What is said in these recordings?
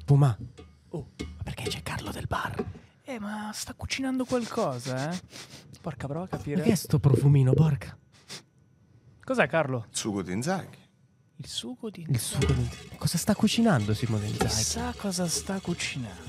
Spuma. Ma perché c'è Carlo del bar? Ma sta cucinando qualcosa, Porca, prova a capire. Ma che è sto profumino, porca? Cos'è, Carlo? Sugo di Inzaghi. Il sugo di Il sugo di... Cosa sta cucinando Simone Inzaghi? Chissà cosa sta cucinando.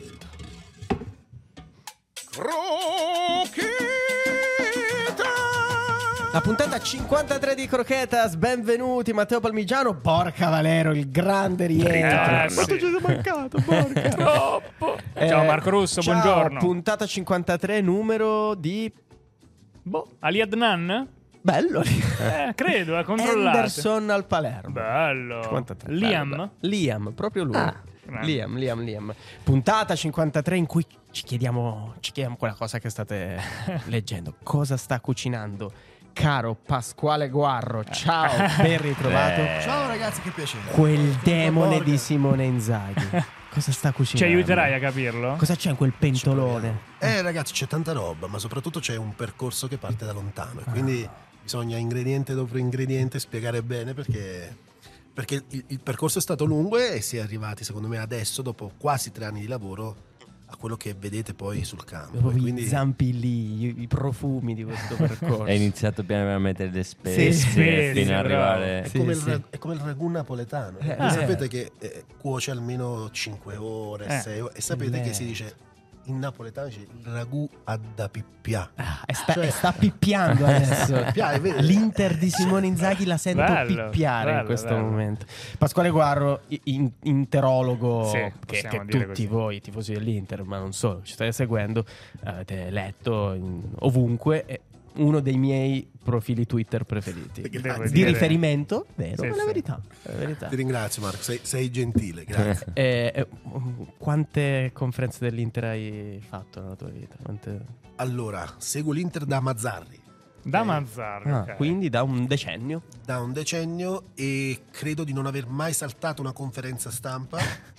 La puntata 53 di Croquetas, benvenuti Matteo Palmigiano, porca Valero, il grande rientro. Sì. Quanto ci sei mancato, porca. Troppo. Ciao Marco Russo, ciao, buongiorno. Puntata 53, numero di... Ali Adnan? Bello. Credo, controllate. Anderson al Palermo. Bello. 53, Liam? bello. Liam, proprio lui. grande. Liam. Puntata 53 in cui ci chiediamo quella cosa che state leggendo. Cosa sta cucinando caro Pasquale Guarro? Ciao, ben ritrovato. Ciao ragazzi, che piacere. Quel demone di Simone Inzaghi. Cosa sta Ci cucinando? aiuterai a capirlo? Cosa c'è in quel pentolone? Ragazzi, c'è tanta roba, ma soprattutto c'è un percorso che parte da lontano. E quindi bisogna ingrediente dopo ingrediente spiegare bene perché il percorso è stato lungo e si è arrivati, secondo me, adesso, dopo quasi 3 anni di lavoro, a quello che vedete poi sul campo. Proprio Quindi... i zampilli, i profumi di questo percorso. È iniziato piano piano a mettere le spezie Sì, fino ad arrivare. È come il ragù napoletano. Voi sapete che cuoce almeno 5 ore, 6 ore. E sapete che si dice in napoletano il ragù ad da pippià. Sta pippiando adesso. Pippià, è vero. L'Inter di Simone Inzaghi la sento pippiare in questo momento. Pasquale Guarro, interologo, Sì, che possiamo dire tutti così. voi tifosi dell'Inter, ma non solo, ci state seguendo, avete letto ovunque. È uno dei miei profili Twitter preferiti Devo di dire- riferimento, vero? Sì, È la sì. verità, è la verità. Ti ringrazio Marco, sei gentile, grazie. Quante conferenze dell'Inter hai fatto nella tua vita? Allora, seguo l'Inter da Mazzarri, Da Mazzarri, ok. Quindi da un decennio. da un decennio, e credo di non aver mai saltato una conferenza stampa.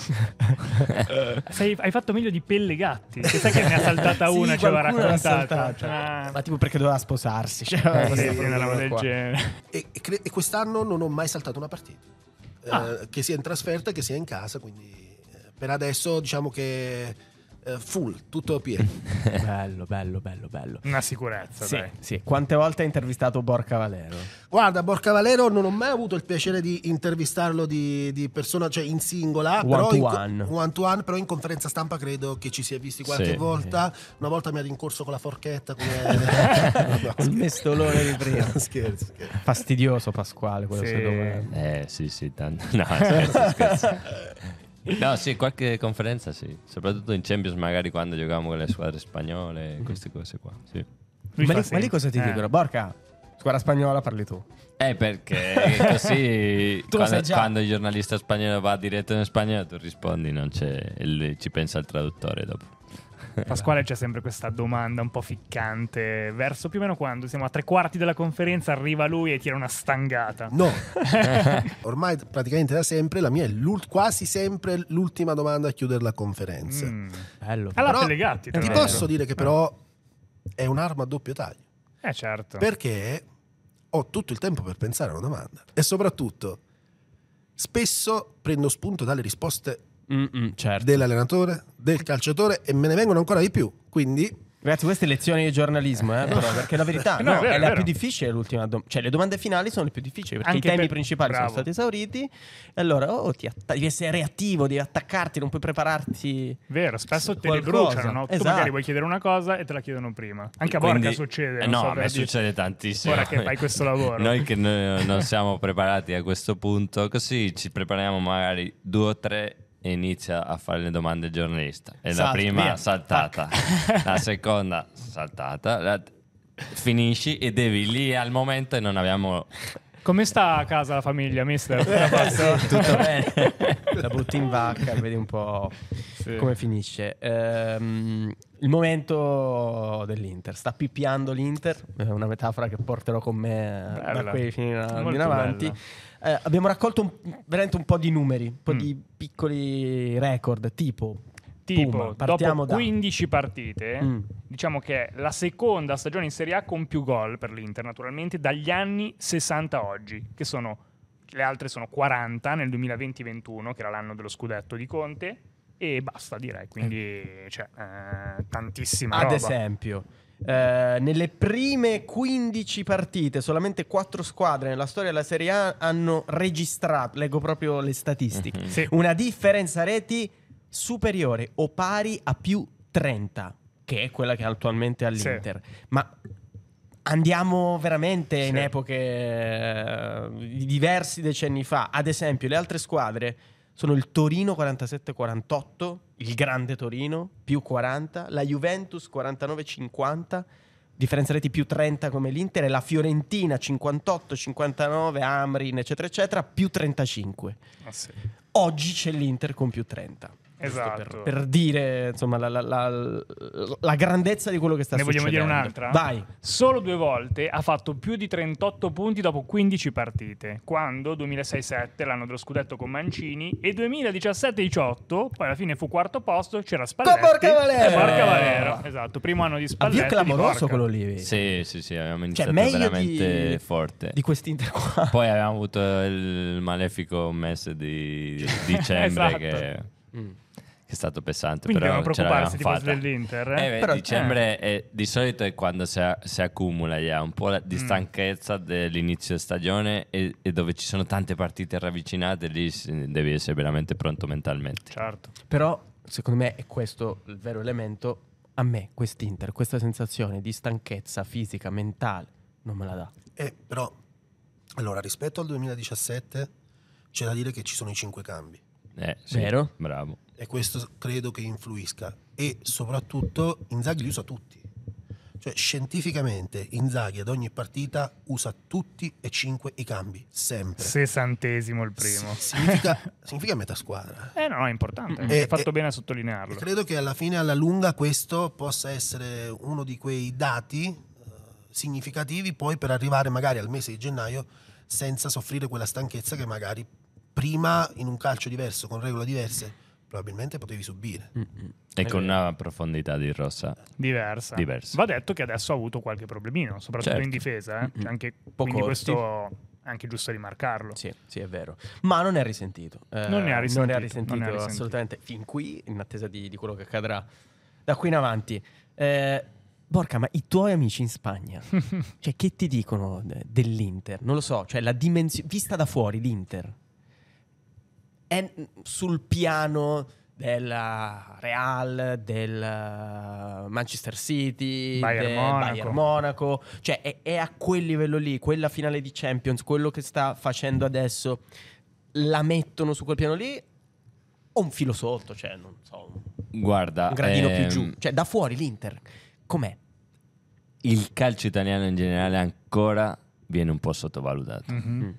Hai fatto meglio di Pelle Gatti. Che sai che ne ha saltata Sì, una, ci aveva qualcuno l'ha raccontata. saltata. Ma tipo perché doveva sposarsi, cioè, Sì, questa una roba del qua. genere. E quest'anno non ho mai saltato una partita, che sia in trasferta che sia in casa, quindi per adesso diciamo che full, tutto pieno. Bello. Una sicurezza, Sì, dai. sì. Quante volte hai intervistato Borca Valero? Guarda, Borca Valero non ho mai avuto il piacere di intervistarlo di persona, cioè in singola, one to one, però in conferenza stampa credo che ci si è visti qualche Sì. volta. Una volta mi ha rincorso con la forchetta come... Il mestolone di prima. Scherzo. Fastidioso Pasquale quello Sì. sue domande. Sì, tanto. No, scherzo. No, sì, qualche conferenza sì. Soprattutto in Champions, magari quando giocavamo con le squadre spagnole, queste cose qua, sì. Lui Ma fa lì sempre. cosa ti dicono? Borca, squadra spagnola parli tu. Perché così Tu lo sai già. quando il giornalista spagnolo va diretto in spagnolo, tu rispondi, non c'è, e lui ci pensa il traduttore dopo. Pasquale, c'è sempre questa domanda un po' ficcante. Verso più o meno quando siamo a 3/4 della conferenza, arriva lui e tira una stangata. No, ormai praticamente da sempre la mia è quasi sempre l'ultima domanda a chiudere la conferenza. Bello. Alla Però Pelle Gatti, tra ti l'altro. posso dire che però è un'arma a doppio taglio, Certo. perché ho tutto il tempo per pensare a una domanda e soprattutto spesso prendo spunto dalle risposte Certo. dell'allenatore, del calciatore, e me ne vengono ancora di più, quindi Ragazzi, queste lezioni di giornalismo, però, perché la verità No, è vero, è è la vero. più difficile, l'ultima cioè le domande finali sono le più difficili perché Anche i temi per- principali bravo. sono stati esauriti e allora devi essere reattivo, devi attaccarti, non puoi prepararti. Vero, spesso te le Qualcosa. bruciano, no? Tu Esatto. magari vuoi chiedere una cosa e te la chiedono prima. Anche a Quindi- Borca succede. non No, so, a me per dire. succede tantissimo. Ora che fai questo lavoro. Noi che non siamo preparati a questo punto, così ci prepariamo magari 2 o 3 e inizia a fare le domande il giornalista. E la Salta, prima via. saltata, la seconda saltata, finisci e devi lì al momento e non abbiamo... Come sta a casa la famiglia, mister? Cosa ha fatto? Tutto bene. La butti in vacca, vedi un po' come finisce. Il momento dell'Inter. Sta pippiando l'Inter, è una metafora che porterò con me Bella. da qui fino Molto in avanti. bella. Abbiamo raccolto veramente un po' di numeri, un po' di piccoli record, tipo Puma, partiamo dopo 15 partite, diciamo che è la seconda stagione in Serie A con più gol per l'Inter, naturalmente, dagli anni 60 a oggi, che sono, le altre sono 40 nel 2020-21, che era l'anno dello scudetto di Conte, e basta, direi. Quindi tantissima Ad roba. esempio, nelle prime 15 partite solamente 4 squadre nella storia della Serie A hanno registrato, leggo proprio le statistiche, Sì. una differenza reti superiore o pari a più 30, che è quella che attualmente ha l'Inter. Ma andiamo veramente in epoche di diversi decenni fa. Ad esempio, le altre squadre sono il Torino 47-48, il grande Torino più 40, la Juventus 49-50, differenza reti più 30 come l'Inter, e la Fiorentina 58-59, Amrin eccetera eccetera più 35. Sì. Oggi c'è l'Inter con più 30. Esatto. Per dire insomma la grandezza di quello che sta Ne succedendo. vogliamo dire un'altra? Vai. Solo 2 volte ha fatto più di 38 punti dopo 15 partite, quando 2006-07, l'anno dello scudetto con Mancini, e 2017-18, poi alla fine fu quarto posto, c'era Spalletti Con Borca Valero! e Borca Valero, esatto, primo anno di Spalletti. Avvio clamoroso di Borca. quello lì. Sì, avevamo iniziato meglio veramente forte. di quest'Inter qua. Poi avevamo avuto il malefico mese di dicembre Esatto. che è stato pesante. Quindi però devono ce preoccuparsi i l'avevamo tifosi fatta. dell'Inter. Però, Dicembre di solito è quando si accumula un po' di stanchezza dell'inizio stagione e dove ci sono tante partite ravvicinate, lì devi essere veramente pronto mentalmente. Certo. Però secondo me è questo il vero elemento. A me quest'Inter, questa sensazione di stanchezza fisica, mentale, non me la dà. Però, allora, rispetto al 2017 c'è da dire che ci sono i 5 cambi. Sì, Vero? Bravo. E questo credo che influisca. E soprattutto Inzaghi li usa tutti. Cioè, scientificamente Inzaghi ad ogni partita usa tutti e 5 i cambi, sempre. 60° il primo. Significa metà squadra. No, è importante. E- Hai fatto bene a E sottolinearlo. credo che alla fine, alla lunga, questo possa essere uno di quei dati significativi poi per arrivare magari al mese di gennaio senza soffrire quella stanchezza che magari prima in un calcio diverso, con regole diverse, probabilmente potevi subire. E con una profondità di rosa Diversa. Va detto che adesso ha avuto qualche problemino, soprattutto Certo. in difesa. Cioè anche, Poco quindi questo è anche giusto rimarcarlo. Sì, è vero. Ma non è risentito. Non ne ha risentito, assolutamente. Fin qui, in attesa di quello che accadrà da qui in avanti. Borca, ma i tuoi amici in Spagna, cioè, che ti dicono dell'Inter? Non lo so, cioè la dimensione, vista da fuori, l'Inter è sul piano della Real, del Manchester City, Bayern del Bayern Monaco, cioè è a quel livello lì, quella finale di Champions, quello che sta facendo adesso, la mettono su quel piano lì o un filo sotto, cioè non so, Guarda, un gradino più giù, cioè da fuori l'Inter com'è? il calcio italiano in generale ancora viene un po' sottovalutato.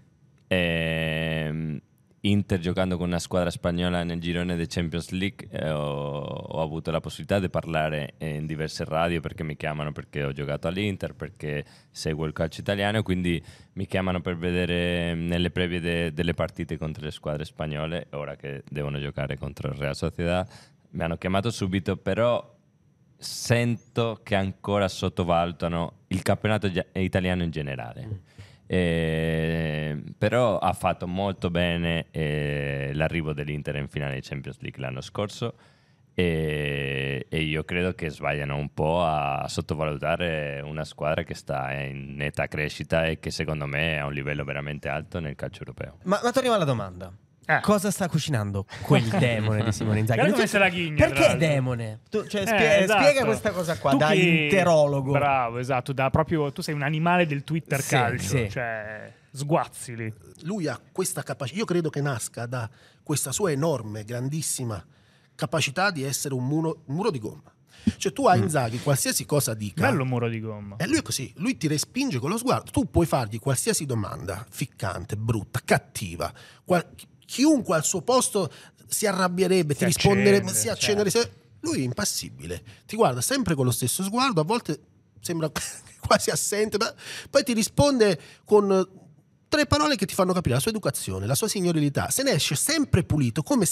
Inter giocando con una squadra spagnola nel girone dei Champions League, ho avuto la possibilità di parlare in diverse radio, perché mi chiamano perché ho giocato all'Inter, perché seguo il calcio italiano, quindi mi chiamano per vedere nelle previe delle partite contro le squadre spagnole, ora che devono giocare contro il Real Sociedad. Mi hanno chiamato subito, però sento che ancora sottovalutano il campionato italiano in generale. Però ha fatto molto bene l'arrivo dell'Inter in finale di Champions League l'anno scorso, e io credo che sbagliano un po' a sottovalutare una squadra che sta in netta crescita e che secondo me ha un livello veramente alto nel calcio europeo. Ma torniamo alla domanda. Cosa sta cucinando quel demone di Simone Inzaghi? Guarda come se la ghigna, perché è demone? Esatto. Spiega questa cosa qua Tu da che- interologo. Bravo, esatto, tu sei un animale del Twitter Sì, calcio, sì. cioè sguazzili. Lui ha questa capacità, io credo che nasca da questa sua enorme, grandissima capacità di essere un muro di gomma. Cioè tu a Inzaghi qualsiasi cosa dica, Bello muro di gomma. e lui è così, lui ti respinge con lo sguardo. Tu puoi fargli qualsiasi domanda, ficcante, brutta, cattiva, chiunque al suo posto si arrabbierebbe, ti risponderebbe, si accenderebbe. Lui è impassibile, ti guarda sempre con lo stesso sguardo, a volte sembra quasi assente, ma poi ti risponde con 3 parole che ti fanno capire la sua educazione, la sua signorilità. Se ne esce sempre pulito, come se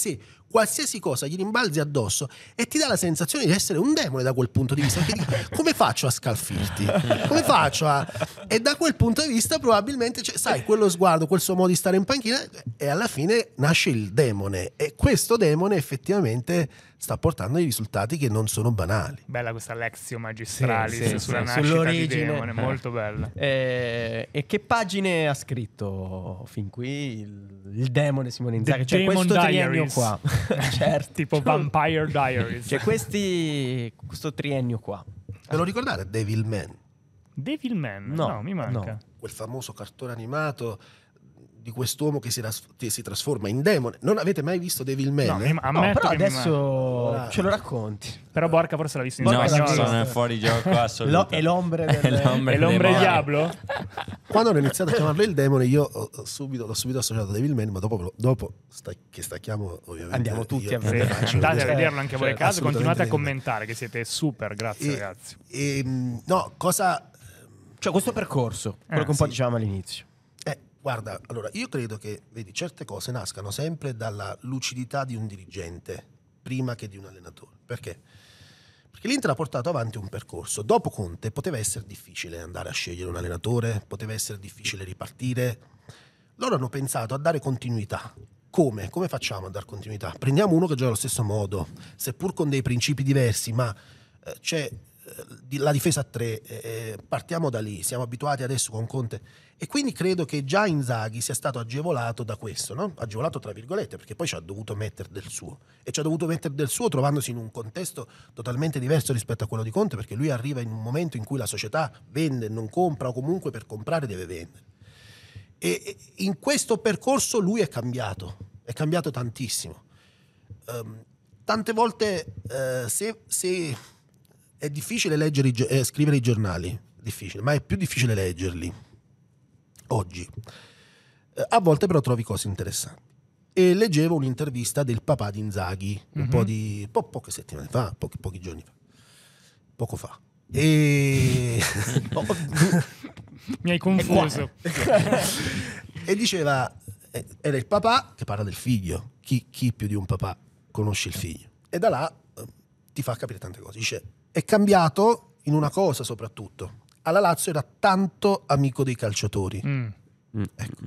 qualsiasi cosa gli rimbalzi addosso e ti dà la sensazione di essere un demone da quel punto di vista, perché dici, come faccio a scalfirti? Come faccio a... E da quel punto di vista probabilmente sai, quello sguardo, quel suo modo di stare in panchina, e alla fine nasce il demone, e questo demone effettivamente sta portando dei risultati che non sono banali. Bella questa Lectio Magistralis Sì, sulla nascita sull'origine. di demone, molto bella. E che pagine ha scritto fin qui il demone Simone Inzaghi? The C'è Demon questo triennio Diaries. qua. Certo. Tipo Vampire Diaries. C'è questo triennio qua. Ve lo ricordate Devilman? Devilman? No, No, mi manca. no. Quel famoso cartone animato di quest'uomo che si trasforma in demone. Non avete mai visto Devilman? No, eh? No, ammetto però che mi adesso manca. ce lo racconti. Però Borca forse l'ha visto in No, spagnolo. sono fuori gioco assoluto. È l'ombre del... E l'ombre demone. diablo? Quando hanno iniziato a chiamarlo il demone, io l'ho subito associato a Devilman, ma dopo che stacchiamo, ovviamente Andiamo tutti io a Sì, vedere. faccio andate a vedere. vederlo anche voi a casa, Assolutamente continuate a Devilman. commentare che siete super, grazie ragazzi. No, cosa... Cioè questo percorso, quello che un po' sì. dicevamo all'inizio. Guarda, allora, io credo che, vedi, certe cose nascano sempre dalla lucidità di un dirigente prima che di un allenatore. Perché? Perché l'Inter ha portato avanti un percorso. Dopo Conte poteva essere difficile andare a scegliere un allenatore, poteva essere difficile ripartire. Loro hanno pensato a dare continuità. Come? Come facciamo a dare continuità? Prendiamo uno che gioca allo stesso modo, seppur con dei principi diversi, ma c'è la difesa a 3, partiamo da lì, siamo abituati adesso con Conte, e quindi credo che già Inzaghi sia stato agevolato da questo, no? Agevolato tra virgolette, perché poi ci ha dovuto mettere del suo, e ci ha dovuto mettere del suo trovandosi in un contesto totalmente diverso rispetto a quello di Conte, perché lui arriva in un momento in cui la società vende, non compra, o comunque per comprare deve vendere, e in questo percorso lui è cambiato tantissimo. Tante volte se è difficile leggere scrivere i giornali, è difficile, ma è più difficile leggerli oggi. A volte però trovi cose interessanti. E leggevo un'intervista del papà di Inzaghi poche settimane fa, pochi giorni fa, poco fa. E Mi hai confuso. e diceva, era il papà che parla del figlio. Chi più di un papà conosce il figlio? E da là ti fa capire tante cose. Dice, è cambiato in una cosa soprattutto. Alla Lazio era tanto amico dei calciatori. Ecco.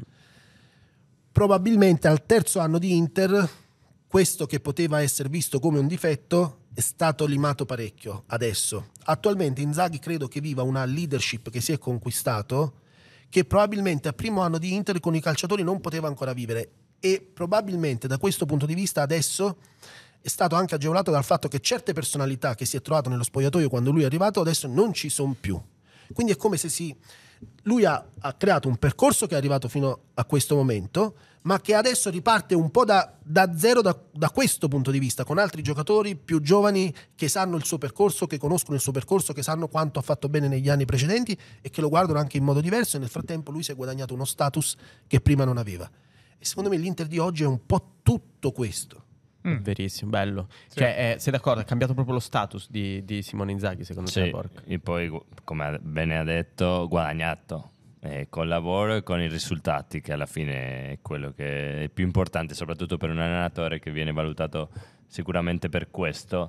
Probabilmente al terzo anno di Inter questo che poteva essere visto come un difetto è stato limato parecchio. Adesso attualmente Inzaghi credo che viva una leadership che si è conquistato, che probabilmente al primo anno di Inter con i calciatori non poteva ancora vivere, e probabilmente da questo punto di vista adesso è stato anche agevolato dal fatto che certe personalità che si è trovato nello spogliatoio quando lui è arrivato adesso non ci sono più. Quindi è come se lui ha creato un percorso che è arrivato fino a questo momento, ma che adesso riparte un po' da zero da questo punto di vista, con altri giocatori più giovani che sanno il suo percorso, che conoscono il suo percorso, che sanno quanto ha fatto bene negli anni precedenti e che lo guardano anche in modo diverso, e nel frattempo lui si è guadagnato uno status che prima non aveva. E secondo me l'Inter di oggi è un po' tutto questo. Verissimo, bello. Sì. Cioè, sei d'accordo? È cambiato proprio lo status di Simone Inzaghi, secondo te, Sì, Borca? e poi, come bene ha detto, guadagnato col lavoro e con i risultati, che alla fine è quello che è più importante, soprattutto per un allenatore che viene valutato sicuramente per questo.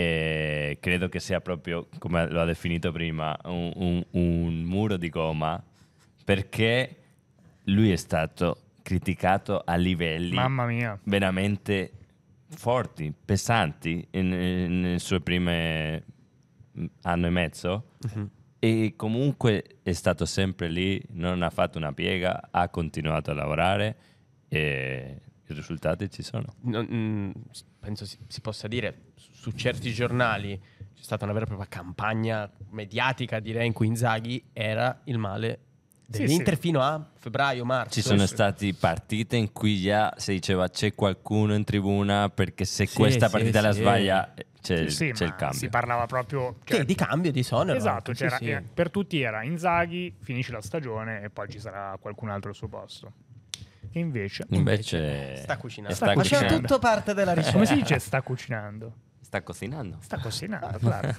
E credo che sia proprio, come lo ha definito prima, un muro di gomma, perché lui è stato criticato a livelli Mamma mia. veramente forti, pesanti nelle sue prime anno e mezzo, e comunque è stato sempre lì, non ha fatto una piega, ha continuato a lavorare e i risultati ci sono. Penso si possa dire, su certi giornali c'è stata una vera e propria campagna mediatica, direi, in cui Inzaghi era il male dell'Inter fino a febbraio-marzo. Ci sono state partite in cui già si diceva c'è qualcuno in tribuna, perché se questa partita la sbaglia c'è il cambio. Si parlava proprio di cambio, di sonero. Esatto, anche, per tutti era Inzaghi, finisce la stagione e poi ci sarà qualcun altro al suo posto. E invece sta cucinando. Faceva tutto parte della ricetta. come si dice sta cucinando? Sta cocinando. Sta cucinando, claro.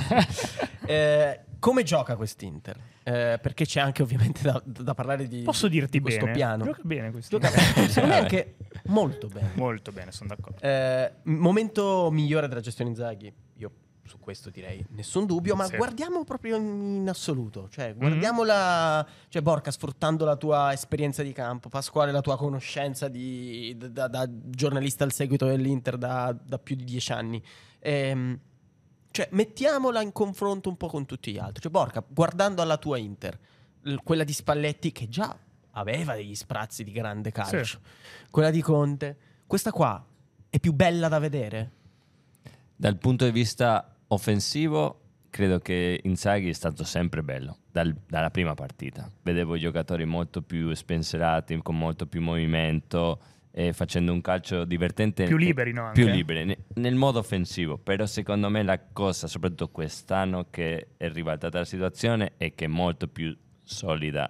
Come gioca quest'Inter? Perché c'è anche ovviamente da parlare di Posso dirti questo bene? piano. Gioca bene questo. Secondo me anche molto bene. Molto bene, sono d'accordo. Momento migliore della gestione Inzaghi? Io su questo direi nessun dubbio, ma Sì. guardiamo proprio in assoluto, cioè guardiamola, cioè Borca, sfruttando la tua esperienza di campo, Pasquale la tua conoscenza da giornalista al seguito dell'Inter da più di 10 anni, cioè mettiamola in confronto un po' con tutti gli altri, cioè Borca, guardando alla tua Inter, quella di Spalletti che già aveva degli sprazzi di grande calcio, Sì. quella di Conte, questa qua è più bella da vedere? Dal punto di vista offensivo, credo che Inzaghi è stato sempre bello, dalla prima partita. Vedevo i giocatori molto più spensierati, con molto più movimento, facendo un calcio divertente. Più liberi, no? Anche. Più liberi, nel modo offensivo. Però secondo me la cosa, soprattutto quest'anno, che è ribaltata la situazione è che è molto più solida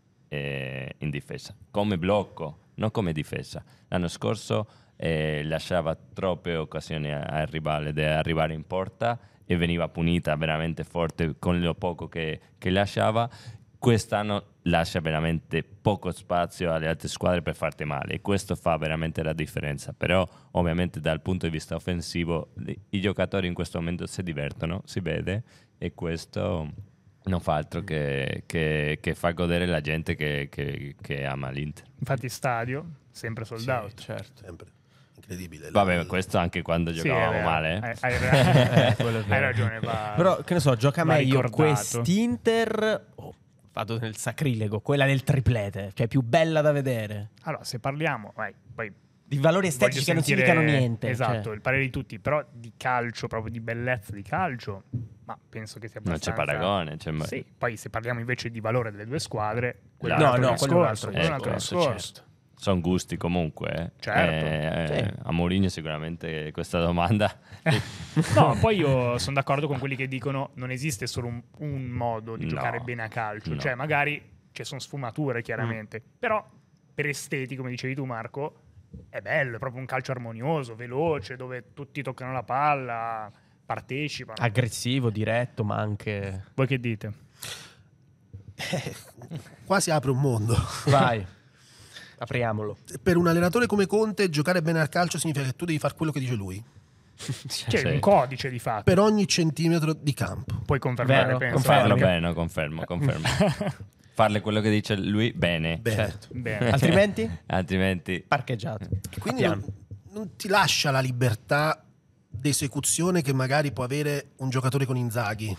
in difesa. Come blocco, non come difesa. L'anno scorso lasciava troppe occasioni al rivale di arrivare in porta e veniva punita veramente forte con lo poco che lasciava. Quest'anno lascia veramente poco spazio alle altre squadre per farti male e questo fa veramente la differenza. Però ovviamente dal punto di vista offensivo i giocatori in questo momento si divertono, si vede, e questo non fa altro che fa godere la gente che ama l'Inter. Infatti stadio, sempre sold out. Certo. Sempre. Incredibile. Vabbè, questo anche quando Sì, giocavamo è vero. male. Hai ragione, va. Però che ne so, gioca va meglio ricordato. quest'Inter, vado nel sacrilego, quella del triplete, cioè più bella da vedere, Allora, se parliamo, poi di valori estetici che non significano niente, Esatto, cioè. il parere di tutti, però di calcio, proprio di bellezza di calcio, ma penso che sia Non abbastanza... c'è paragone. Sì, poi se parliamo invece di valore delle due squadre, quello No, è un altro quello è un discorso, altro quello è un altro discorso, discorso. certo. Sono gusti comunque. Certo. Sì. A Mourinho sicuramente questa domanda. No, poi io sono d'accordo con quelli che dicono non esiste solo un modo di No, giocare bene a calcio, no. cioè magari ci sono sfumature chiaramente, però per esteti, come dicevi tu Marco, è bello, è proprio un calcio armonioso, veloce, dove tutti toccano la palla, partecipano. Aggressivo, diretto, ma anche... Voi che dite? Qua si apre un mondo. Vai, apriamolo. Per un allenatore come Conte giocare bene al calcio significa che tu devi fare quello che dice lui, C'è Sì. un codice di fatto. per ogni centimetro di campo. Puoi confermare, Vero, penso. confermo. Farlo anche. bene, no, confermo. Farle quello che dice lui bene. Bene. Certo. Bene. Altrimenti? Altrimenti Parcheggiato. Quindi A piano. non ti lascia la libertà d'esecuzione che magari può avere un giocatore con Inzaghi.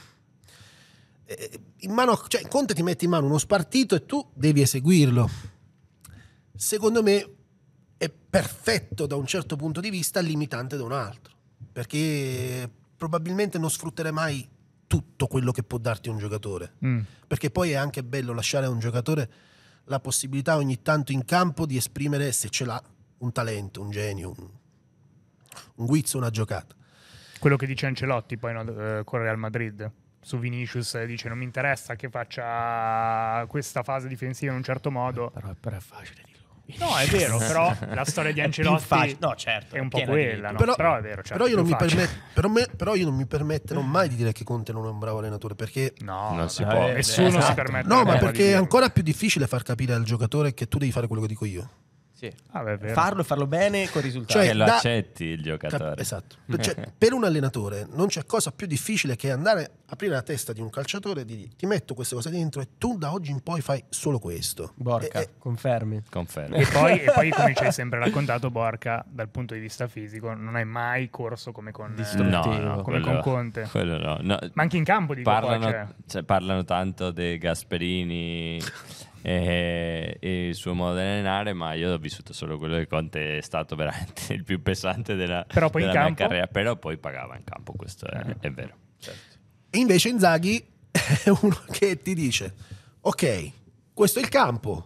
In mano, cioè, Conte ti mette in mano uno spartito e tu devi eseguirlo. Secondo me è perfetto da un certo punto di vista, limitante da un altro, perché probabilmente non sfrutterai mai tutto quello che può darti un giocatore, perché poi è anche bello lasciare a un giocatore la possibilità ogni tanto in campo di esprimere, se ce l'ha, un talento, un genio, un guizzo, una giocata. Quello che dice Ancelotti poi con Real Madrid su Vinicius, dice non mi interessa che faccia questa fase difensiva in un certo modo. Però è facile dirlo. No, è vero, però la storia di È più Ancelotti facile. No, certo, è un po' piena di quella, no? Però- Però è vero, certo, però io non più mi facile. però io non mi permetterò mai di dire che Conte non è un bravo allenatore, perché No, Non si no, può. nessuno Esatto. si permette. no, ma mai di perché è dirlo. ancora più difficile far capire al giocatore che tu devi fare quello che dico io. Sì. Ah, beh, è vero. Farlo e farlo bene con risultati. Cioè, che lo da- accetti il giocatore. Esatto. Cioè, per un allenatore non c'è cosa più difficile che andare a aprire la testa di un calciatore e dire ti metto queste cose dentro e tu da oggi in poi fai solo questo. Borca, confermi. Confermo. E poi, come ci hai sempre raccontato, Borca, dal punto di vista fisico, non hai mai corso come con Distruttivo. come con Conte. Quello no. No, Ma anche in campo, dico, parlano tanto dei Gasperini e il suo modo di allenare, ma io ho vissuto solo quello che Conte è stato veramente il più pesante della, Però poi in della mia campo? carriera. Però poi pagava in campo, questo è vero. E invece Inzaghi è uno che ti dice ok, questo è il campo.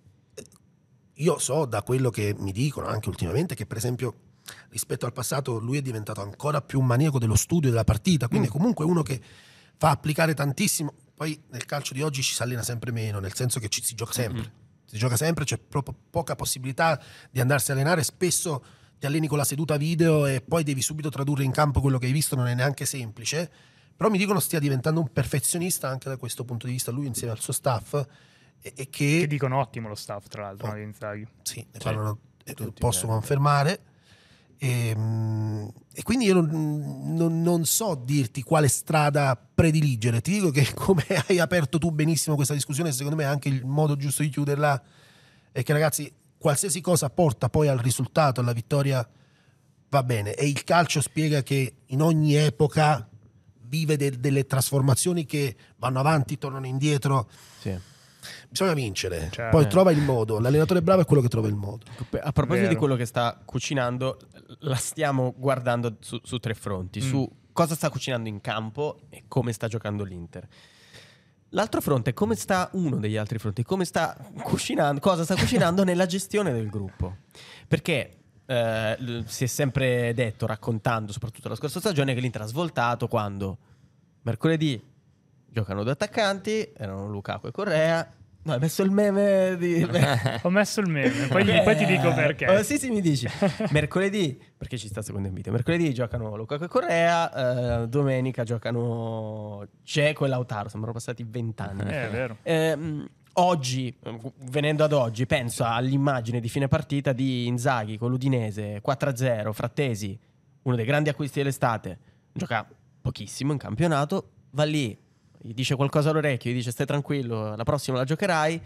Io so da quello che mi dicono anche ultimamente che per esempio rispetto al passato lui è diventato ancora più maniaco dello studio della partita, quindi è comunque uno che fa applicare tantissimo. Poi nel calcio di oggi ci si allena sempre meno, nel senso che si gioca sempre. Si gioca sempre, c'è proprio poca possibilità di andarsi a allenare, spesso ti alleni con la seduta video e poi devi subito tradurre in campo quello che hai visto, non è neanche semplice. Però mi dicono stia diventando un perfezionista anche da questo punto di vista, lui insieme al suo staff, e che che dicono ottimo lo staff, tra l'altro, no, di Inzaghi. sì, ne parlano posso confermare. E quindi io non so dirti quale strada prediligere. Ti dico che, come hai aperto tu benissimo questa discussione, secondo me anche il modo giusto di chiuderla è che, ragazzi, qualsiasi cosa porta poi al risultato, alla vittoria, va bene. E il calcio spiega che in ogni epoca vive delle trasformazioni che vanno avanti, tornano indietro. Sì. Bisogna vincere, Certo. poi trova il modo. L'allenatore bravo è quello che trova il modo. A proposito Vero. di quello che sta cucinando, la stiamo guardando su 3 fronti, su cosa sta cucinando in campo e come sta giocando l'Inter. L'altro fronte è come sta uno degli altri fronti, come sta cucinando, cosa sta cucinando nella gestione del gruppo. Perché si è sempre detto, raccontando soprattutto la scorsa stagione, che l'Inter ha svoltato quando mercoledì giocano 2 attaccanti, erano Lukaku e Correa. No, hai messo il meme di... Ho messo il meme, poi ti dico perché. Sì, mi dici. Mercoledì, perché ci sta il secondo invito. Mercoledì giocano Lukaku e Correa, domenica giocano Dzeko e Lautaro. Sembrano passati 20 anni. È vero. Oggi, venendo ad oggi, penso all'immagine di fine partita di Inzaghi con l'Udinese, 4-0, Frattesi, uno dei grandi acquisti dell'estate, gioca pochissimo in campionato, va lì, gli dice qualcosa all'orecchio, gli dice stai tranquillo, la prossima la giocherai,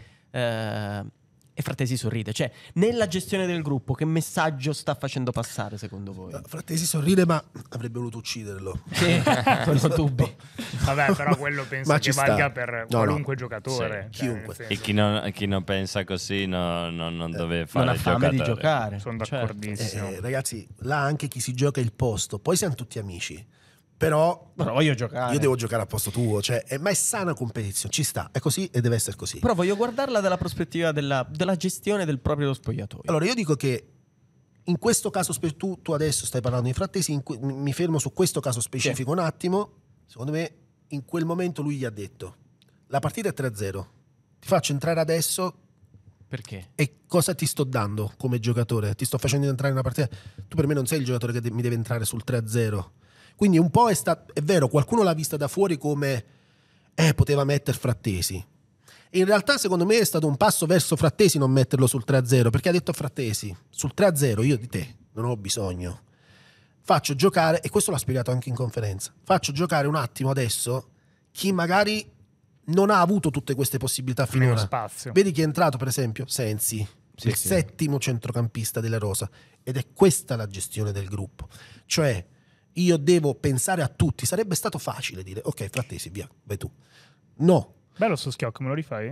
e Frattesi sorride. Cioè, nella gestione del gruppo, che messaggio sta facendo passare secondo voi? Frattesi sorride, ma avrebbe voluto ucciderlo. Sì, non ho dubbi. Vabbè, però quello penso Ma che ci sta. valga per No, qualunque giocatore. Sì, chiunque. nel E senso, chi non pensa così non deve fare Non ha fame di giocatore. giocare. sono Certo. d'accordissimo. Ragazzi, là anche chi si gioca il posto, poi siamo tutti amici, però Però voglio giocare. io devo giocare al posto tuo, cioè, ma è sana competizione, ci sta, è così e deve essere così. Però voglio guardarla dalla prospettiva della gestione del proprio spogliatoio. Allora io dico che in questo caso tu adesso stai parlando di Frattesi, mi fermo su questo caso specifico un attimo. Secondo me in quel momento lui gli ha detto: la partita è 3-0, ti faccio entrare adesso. Perché? E cosa ti sto dando come giocatore? Ti sto facendo entrare in una partita. Tu per me non sei il giocatore che mi deve entrare sul 3-0. Quindi un po' è vero, qualcuno l'ha vista da fuori come poteva mettere Frattesi. E in realtà secondo me è stato un passo verso Frattesi non metterlo sul 3-0, perché ha detto a Frattesi: sul 3-0 io di te non ho bisogno. Faccio giocare, e questo l'ha spiegato anche in conferenza, faccio giocare un attimo adesso chi magari non ha avuto tutte queste possibilità Meno finora. spazio. Vedi chi è entrato, per esempio, Sensi, il settimo centrocampista della rosa, ed è questa la gestione del gruppo. Cioè, io devo pensare a tutti. Sarebbe stato facile dire: ok, Frattesi, via, vai tu. No. Bello sto schiocco, me lo rifai?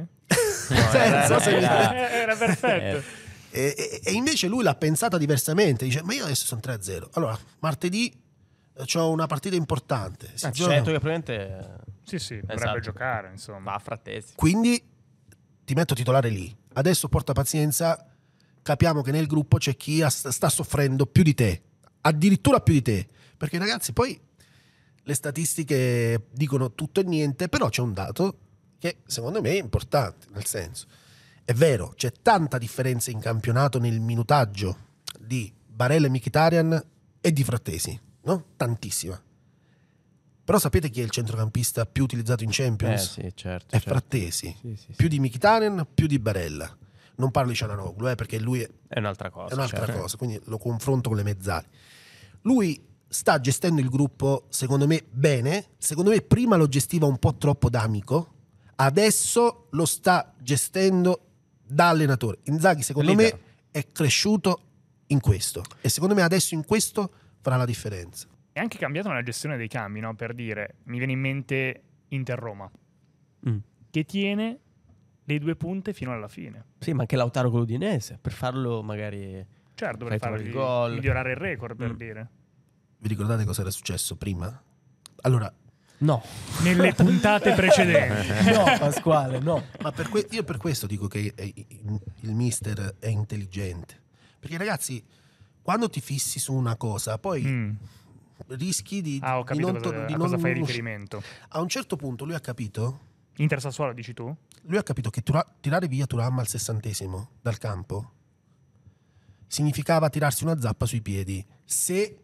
Era perfetto. E invece lui l'ha pensata diversamente. Dice: ma io adesso sono 3-0. Allora, martedì c'ho una partita importante. Certo che probabilmente Sì, dovrebbe Esatto. giocare, insomma. va a Frattesi. Quindi ti metto titolare lì. Adesso porta pazienza. Capiamo che nel gruppo c'è chi sta soffrendo più di te, addirittura più di te. Perché, ragazzi, poi le statistiche dicono tutto e niente, però c'è un dato che secondo me è importante, nel senso, è vero, c'è tanta differenza in campionato nel minutaggio di Barella e Mkhitaryan e di Frattesi, no? Tantissima. Però sapete chi è il centrocampista più utilizzato in Champions? Sì, certo. È certo. Frattesi. Sì, sì, Più di Mkhitaryan, più di Barella. Non parlo di Çalhanoğlu, perché lui È un'altra cosa. è un'altra certo. cosa, quindi lo confronto con le mezzali. Lui sta gestendo il gruppo, secondo me, bene. Secondo me prima lo gestiva un po' troppo da amico, adesso lo sta gestendo da allenatore. Inzaghi, secondo Leader. me, è cresciuto in questo, e secondo me adesso in questo farà la differenza. È anche cambiato nella gestione dei cambi, no? Per dire, mi viene in mente Inter-Roma, che tiene le 2 punte fino alla fine. Sì, ma anche Lautaro con l'Udinese, per farlo magari... Certo, dovrei Fai fare il gol. migliorare il record, per dire. Vi ricordate cosa era successo prima? Allora, No. Nelle puntate precedenti. No, Pasquale, no. ma io per questo dico che il mister è intelligente. Perché, ragazzi, quando ti fissi su una cosa, poi rischi di, Ho di capito non, a di cosa non fai usci- riferimento. A un certo punto lui ha capito Inter-Sassuolo, dici tu? Lui ha capito che tirare via Thuram al 60° dal campo significava tirarsi una zappa sui piedi. Se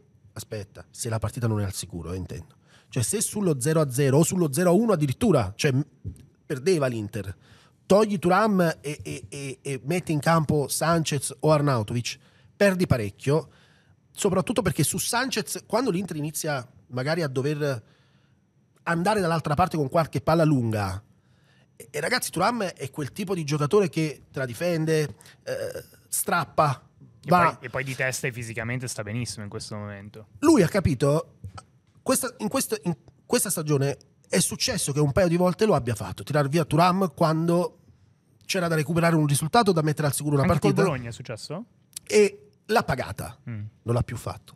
la partita non è al sicuro, intendo. Cioè, se sullo 0-0 o sullo 0-1 addirittura, cioè perdeva l'Inter, togli Thuram e metti in campo Sanchez o Arnautovic, perdi parecchio, soprattutto perché su Sanchez, quando l'Inter inizia magari a dover andare dall'altra parte con qualche palla lunga, e ragazzi, Thuram è quel tipo di giocatore che te la difende, strappa, va. E poi di testa e fisicamente sta benissimo in questo momento. Lui ha capito, in questa stagione è successo che un paio di volte lo abbia fatto, tirar via Thuram quando c'era da recuperare un risultato, da mettere al sicuro una Anche partita. col Bologna è successo? E l'ha pagata, non l'ha più fatto.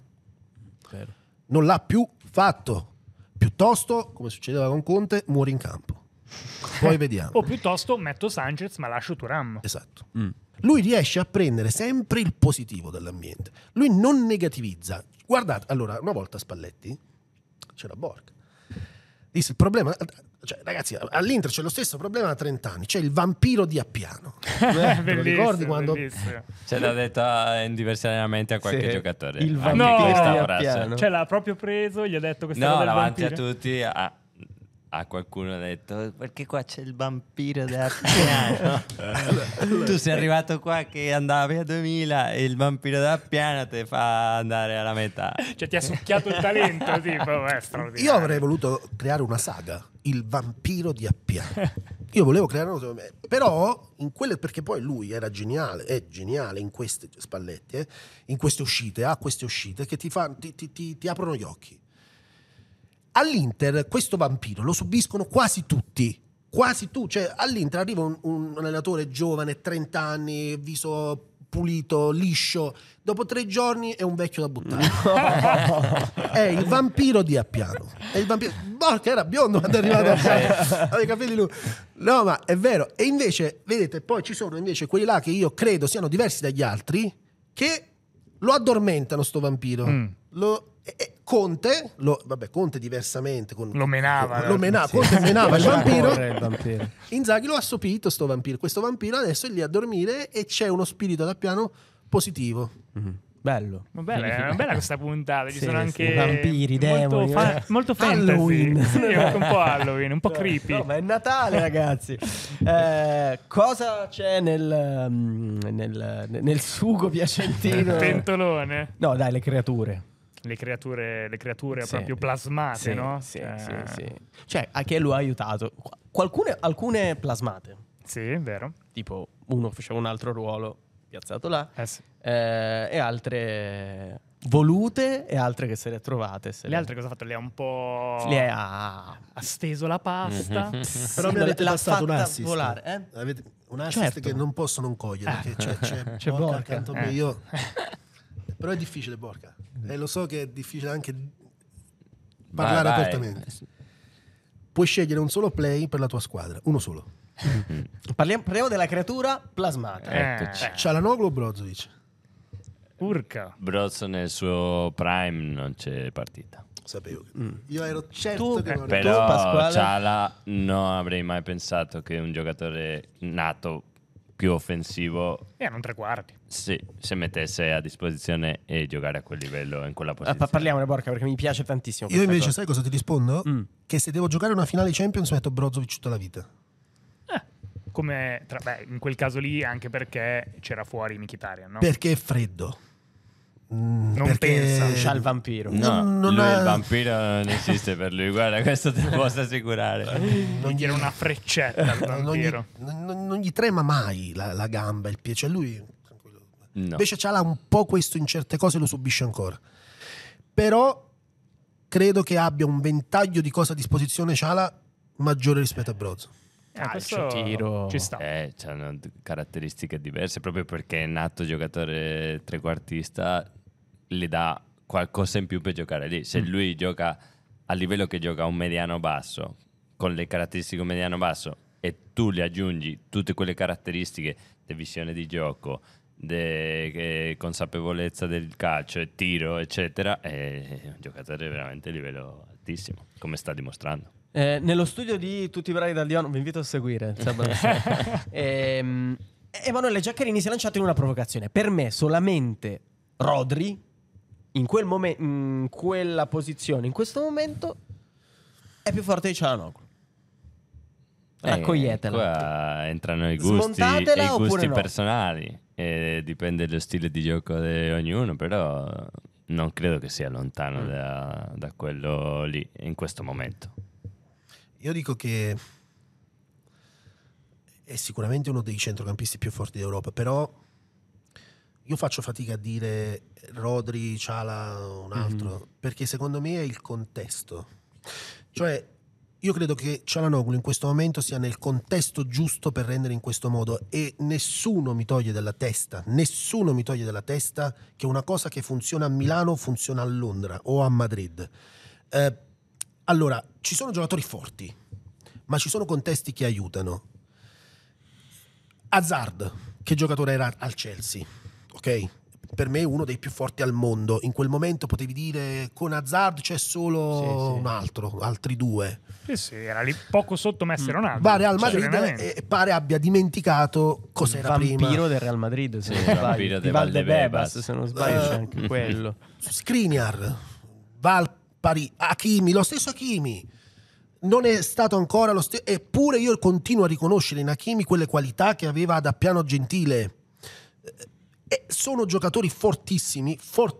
Non l'ha più fatto. Piuttosto, come succedeva con Conte, muore in campo. Poi vediamo. O piuttosto metto Sanchez ma lascio Thuram. Esatto. Lui riesce a prendere sempre il positivo dall'ambiente. Lui non negativizza. Guardate, allora, una volta a Spalletti c'era Borca. Disse il problema, cioè, ragazzi, all'Inter c'è lo stesso problema da 30 anni, c'è il vampiro di Appiano. Te lo ricordi quando Ce l'ha detto in diversi allenamenti a qualche giocatore. Il Anche vampiro questa di frase. Appiano. Cioè l'ha proprio preso, gli ha detto questa No, cosa del davanti a vampiro? tutti a qualcuno ha detto perché qua c'è il vampiro della Piana. Tu sei arrivato qua che andavi a 2000 e il vampiro della Piana ti fa andare alla metà. Cioè ti ha succhiato il talento, tipo, è straordinario. Io avrei voluto creare una saga, il vampiro di Appiano. Io volevo creare una, però in quelle, perché poi lui era geniale, è geniale in queste Spalletti, in queste uscite, ha queste uscite che ti aprono gli occhi. All'Inter questo vampiro lo subiscono quasi tutti, cioè all'Inter arriva un allenatore giovane, 30 anni, viso pulito, liscio, dopo 3 giorni è un vecchio da buttare. È il vampiro di Appiano. È il vampiro. Borca era biondo quando è arrivato aveva i capelli lunghi. No, ma è vero. E invece, vedete, poi ci sono invece quelli là che io credo siano diversi dagli altri, che lo addormentano sto vampiro. Conte diversamente lo menava. Conte menava il vampiro. Il vampiro. Inzaghi lo ha sopito sto vampiro. Questo vampiro adesso è lì a dormire e c'è uno spirito da piano positivo. Bello. È bella questa puntata. Ci Sì, sono anche sì, vampiri, demoni, molto fantasy. Halloween. Sì, anche un po' Halloween, un po' creepy. No, ma è Natale, ragazzi. Cosa c'è nel sugo piacentino? Pentolone. No, dai, le creature. Le creature Sì. proprio plasmate, Sì, no? Sì. Cioè, a che lo ha aiutato? Alcune plasmate. Sì, è vero. Tipo, uno faceva un altro ruolo piazzato là, Sì. e altre volute e altre che se le trovate. Le altre cosa ha fatto? Le ha un po'... Ha steso la pasta. Però mi avete l'ha passato un fatta assist. volare, Avete un assist Certo. che non posso non cogliere, perché c'è Borca. Borca accanto a me. Io... Però è difficile, Borca. E lo so che è difficile anche parlare Vai. apertamente. Puoi scegliere un solo play per la tua squadra, uno solo. Parliamo della creatura plasmata. Eccoci. Cialanoglu o Brozovic? Urca. Brozo nel suo prime non c'è partita. Sapevo che... Io ero certo Tu- che non Però Pasquale? Ciala non avrei mai pensato che un giocatore nato più offensivo Erano 3 quarti. se mettesse a disposizione e giocare a quel livello in quella posizione. Parliamone, Borca, perché mi piace tantissimo. Io questa invece cosa. sai cosa ti rispondo? Che se devo giocare una finale Champions metto Brozovic tutta la vita. In quel caso lì anche perché c'era fuori Mkhitaryan, no? Perché è freddo. Non pensa. C'ha il vampiro. No, non lui ha- il vampiro non esiste per lui, guarda, questo te lo posso assicurare. Non gli era una freccetta al vampiro. Non gli trema mai la gamba, il piede. Cioè lui tranquillo. No. Invece c'ha un po' questo in certe cose, lo subisce ancora. Però credo che abbia un ventaglio di cose a disposizione Ciala maggiore rispetto a Brozo. Calcio, Questo tiro. ci sta. Hanno caratteristiche diverse proprio perché è nato giocatore trequartista, le dà qualcosa in più per giocare lì. Se lui gioca a livello che gioca un mediano basso, con le caratteristiche un mediano basso, e tu le aggiungi tutte quelle caratteristiche di visione di gioco, di consapevolezza del calcio e tiro, eccetera, è un giocatore veramente a livello altissimo, come sta dimostrando. Nello studio di Tutti bravi dal divano, vi invito a seguire il sabato sera. Emanuele Giaccherini si è lanciato in una provocazione. Per me solamente Rodri in quella posizione, in questo momento, è più forte di Cialanoglu. Raccoglietela. Qua entrano i gusti, Smontatela e i oppure gusti no? personali. Dipende dallo stile di gioco di ognuno, però non credo che sia lontano da quello lì in questo momento. Io dico che è sicuramente uno dei centrocampisti più forti d'Europa, però io faccio fatica a dire Rodri, Ciala, un altro, perché secondo me è il contesto. Cioè, io credo che Çalhanoğlu in questo momento sia nel contesto giusto per rendere in questo modo, e nessuno mi toglie dalla testa che una cosa che funziona a Milano funziona a Londra o a Madrid. Allora, ci sono giocatori forti, ma ci sono contesti che aiutano. Hazard, che giocatore era al Chelsea, ok? Per me è uno dei più forti al mondo. In quel momento potevi dire con Hazard c'è solo un altro, altri due. Sì, era lì poco sotto Messi Ronaldo. Va Real Madrid serenamente. e pare abbia dimenticato cos'era prima. Vampiro del Real Madrid, se non Sì, sbaglio. vampiro Di di Valdebebas, Valdebebas. se non sbaglio c'è anche quello. Skriniar, Valpari, Hakimi, lo stesso Hakimi. Non è stato ancora lo stesso, eppure io continuo a riconoscere in Hakimi quelle qualità che aveva ad Appiano Gentile. Sono giocatori fortissimi,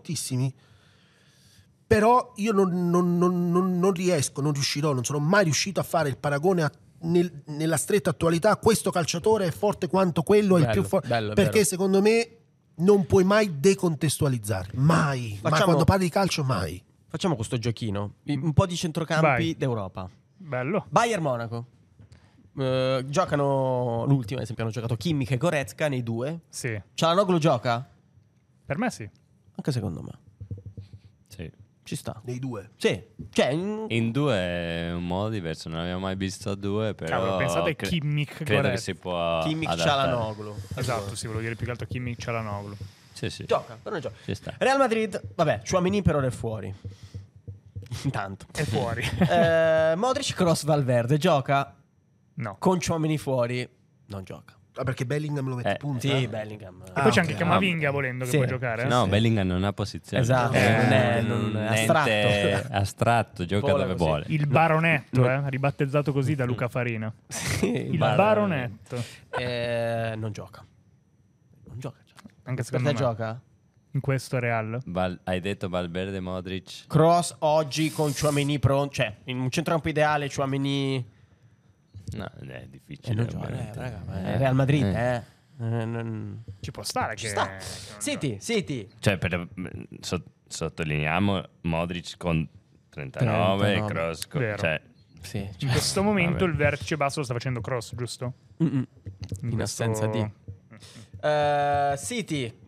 però io non riuscirò, non sono mai riuscito a fare il paragone nella stretta attualità. Questo calciatore è forte quanto quello, è il più forte, perché bello. secondo me non puoi mai decontestualizzare, mai. Ma quando parli di calcio, mai. Facciamo questo giochino, un po' di centrocampi Vai. d'Europa. Bello. Bayern Monaco. Giocano l'ultimo, ad esempio hanno giocato Kimmich e Goretzka nei due. Sì. Çalhanoğlu gioca? Per me sì. Anche secondo me. Sì. Ci sta. Nei due. Sì. Cioè, In due è un modo diverso, non abbiamo mai visto due, però Cavolo, pensate a Kimmich, credo che Goretzka. si può Kimmich, adattare. Çalhanoğlu. Esatto, sì, volevo dire più che altro Kimmich Çalhanoğlu. Sì. Gioca, però non gioca. Ci sta. Real Madrid, vabbè, Tchouaméni per ora è fuori. Intanto. È fuori. Modric, Kroos, Valverde gioca. No. Con Tchouaméni fuori non gioca. Ah, perché Bellingham lo mette in punta? Sì, Bellingham. E poi c'è anche ok. Camavinga volendo che Sì. può giocare. No, Sì. Bellingham non ha posizione. Esatto, non è astratto. astratto, gioca Vola dove così. vuole. Il baronetto, ribattezzato così da Luca Farina. Sì, Il baronetto. non gioca. Non gioca. Anche Per secondo te me. gioca? In questo Real. Hai detto Valverde, Modric? Kroos oggi con Tchouaméni pronto. Cioè, in un centrocampo ideale Tchouaméni No, è difficile. non gioca. ovviamente. Raga, ma è Real Madrid, non... Ci può stare Ci che... sta. che non City. Cioè, sottolineiamo Modric con 39 e 39. Kroos con... Vero. Cioè, Sì. In questo momento vabbè. il vertice basso lo sta facendo Cross, giusto? In questo- assenza di City,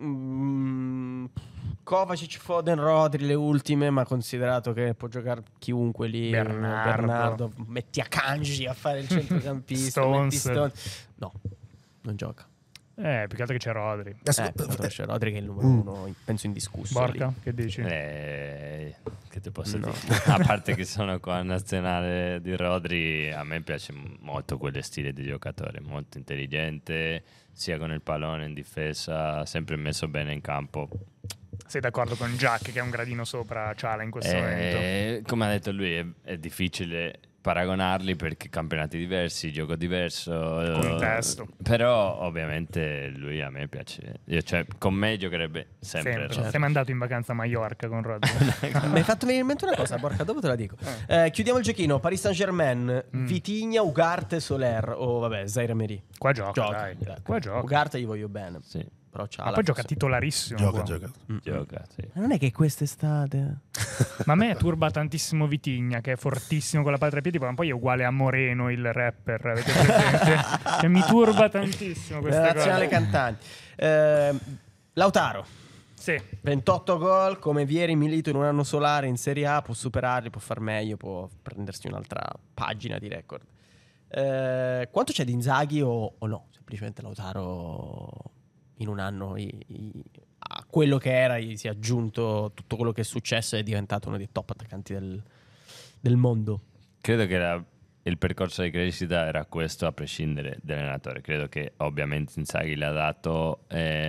Kovacic, Foden, Rodri le ultime, ma considerato che può giocare chiunque lì, Bernardo. metti Akanji a fare il centrocampista, Stones. metti Stones. No, non gioca. Più che altro che c'è Rodri. C'è Rodri che è il numero uno, penso indiscusso. Borca, lì. che dici? che ti posso No. dire? A parte che sono qua a nazionale di Rodri, a me piace molto quello stile di giocatore, molto intelligente, sia con il pallone in difesa, sempre messo bene in campo. Sei d'accordo con Jack che è un gradino sopra Ciala in questo momento? Come ha detto lui, è difficile paragonarli perché campionati diversi, gioco diverso, Contesto. però ovviamente lui a me piace. Cioè, con me giocherebbe sempre. Sempre. Rodri. Siamo andati in vacanza a Mallorca con Rodri. Mi hai fatto venire in mente una cosa, Borca, dopo te la dico. Chiudiamo il giochino. Paris Saint-Germain, Vitinha, Ugarte, Soler o vabbè, Zaire Emery. Qua gioca, dai. Qua gioca. Ugarte gli voglio bene. Sì, Però c'ha Ma poi gioca titolarissimo. Gioca, qua. gioca. gioca, sì. Ma non è che quest'estate Ma a me turba tantissimo Vitinha, che è fortissimo con la palla tra i piedi, ma poi è uguale a Moreno, il rapper. Avete presente? Cioè, mi turba tantissimo questa la nazionale cosa. cantanti. Lautaro, Sì. 28 gol come Vieri, Milito in un anno solare in Serie A, può superarli, può far meglio, può prendersi un'altra pagina di record. Quanto c'è di Inzaghi o no? Semplicemente Lautaro in un anno a quello che era gli si è aggiunto tutto quello che è successo e è diventato uno dei top attaccanti del mondo. Credo che il percorso di crescita era questo a prescindere dall'allenatore. Credo che ovviamente Inzaghi le ha dato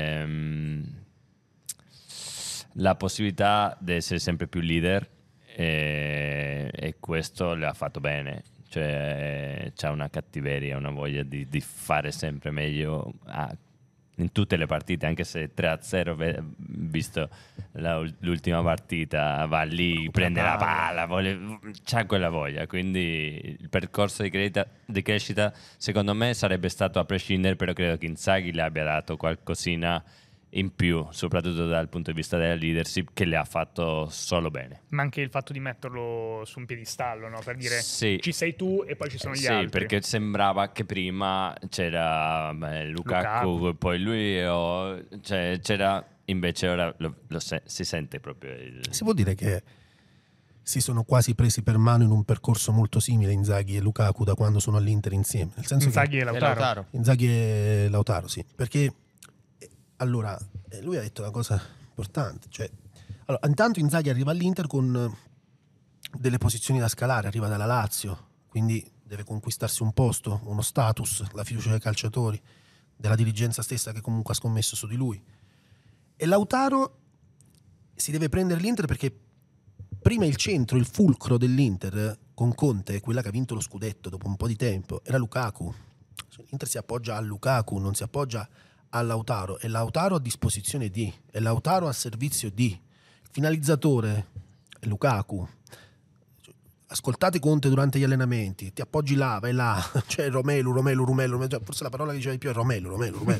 la possibilità di essere sempre più leader e questo le ha fatto bene. cioè c'ha una cattiveria, una voglia di fare sempre meglio in tutte le partite, anche se 3-0, visto l'ultima partita, va lì, prende la palla, c'ha quella voglia, quindi il percorso di crescita secondo me sarebbe stato a prescindere, però credo che Inzaghi le abbia dato qualcosina in più, soprattutto dal punto di vista della leadership, che le ha fatto solo bene. Ma anche il fatto di metterlo su un piedistallo, no? Per dire sì, ci sei tu e poi ci sono gli altri. Sì, perché sembrava che prima c'era Lukaku e poi lui, c'era, invece ora si sente proprio Si può dire che si sono quasi presi per mano in un percorso molto simile Inzaghi e Lukaku da quando sono all'Inter insieme, nel senso Inzaghi che e Lautaro. Inzaghi e Lautaro, sì, perché allora lui ha detto una cosa importante, cioè allora, intanto Inzaghi arriva all'Inter con delle posizioni da scalare, arriva dalla Lazio, quindi deve conquistarsi un posto, uno status, la fiducia dei calciatori, della dirigenza stessa che comunque ha scommesso su di lui. E Lautaro si deve prendere l'Inter perché prima il centro, il fulcro dell'Inter con Conte, quella che ha vinto lo scudetto dopo un po' di tempo, era Lukaku. L'Inter si appoggia a Lukaku, non si appoggia a Lautaro, e Lautaro a disposizione di, e Lautaro a servizio di. Finalizzatore è Lukaku. Ascoltate Conte durante gli allenamenti, ti appoggi là, vai là, cioè Romelu, forse la parola che diceva di più è Romelu.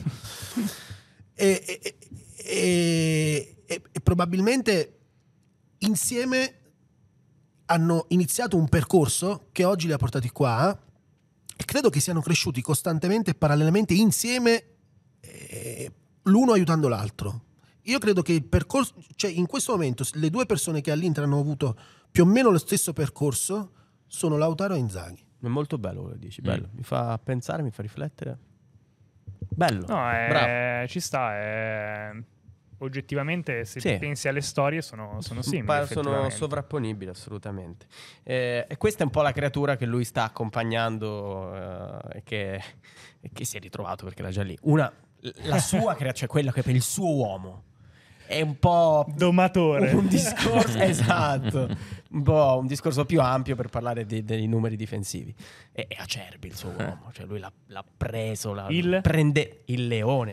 e probabilmente insieme hanno iniziato un percorso che oggi li ha portati qua, e credo che siano cresciuti costantemente e parallelamente insieme, l'uno aiutando l'altro. Io credo che il percorso, cioè in questo momento le due persone che all'Inter hanno avuto più o meno lo stesso percorso sono Lautaro e Inzaghi. È molto bello quello che dici, bello. Mi fa pensare, mi fa riflettere. Bello. No, bravo. ci sta. Oggettivamente, se ti pensi alle storie, sono simili. Sono sovrapponibili, assolutamente. E questa è un po' la creatura che lui sta accompagnando e che si è ritrovato, perché era già lì. La sua creatura, cioè quella che per il suo uomo è un po' domatore, un discorso esatto, un po' un discorso più ampio per parlare dei numeri difensivi. E Acerbi il suo uomo, cioè lui l'ha preso, prende il leone.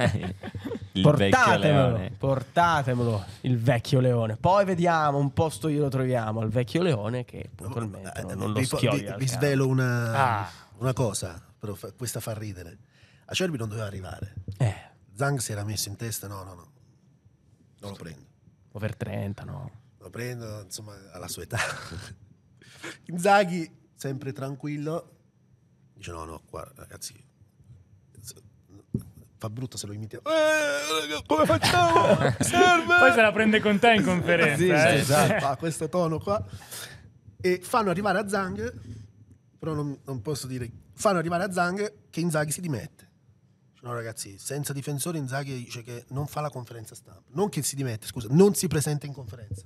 Portatemelo il vecchio leone, poi vediamo un posto, io lo troviamo al vecchio leone che puntualmente non lo schioglia. Vi svelo una cosa, però questa fa ridere. Acerbi non doveva arrivare. Zhang si era messo in testa non lo prendo. Over 30, no? Lo prendo, insomma, alla sua età. Inzaghi, sempre tranquillo, dice no, qua ragazzi, fa brutto se lo imitiamo. Come facciamo? Serve! Poi se la prende con te in conferenza. Sì, esatto, fa questo tono qua. E fanno arrivare a Zhang, però non posso dire, fanno arrivare a Zhang che Inzaghi si dimette. No ragazzi, senza difensore Inzaghi dice che non fa la conferenza stampa, non che si dimette, scusa, non si presenta in conferenza.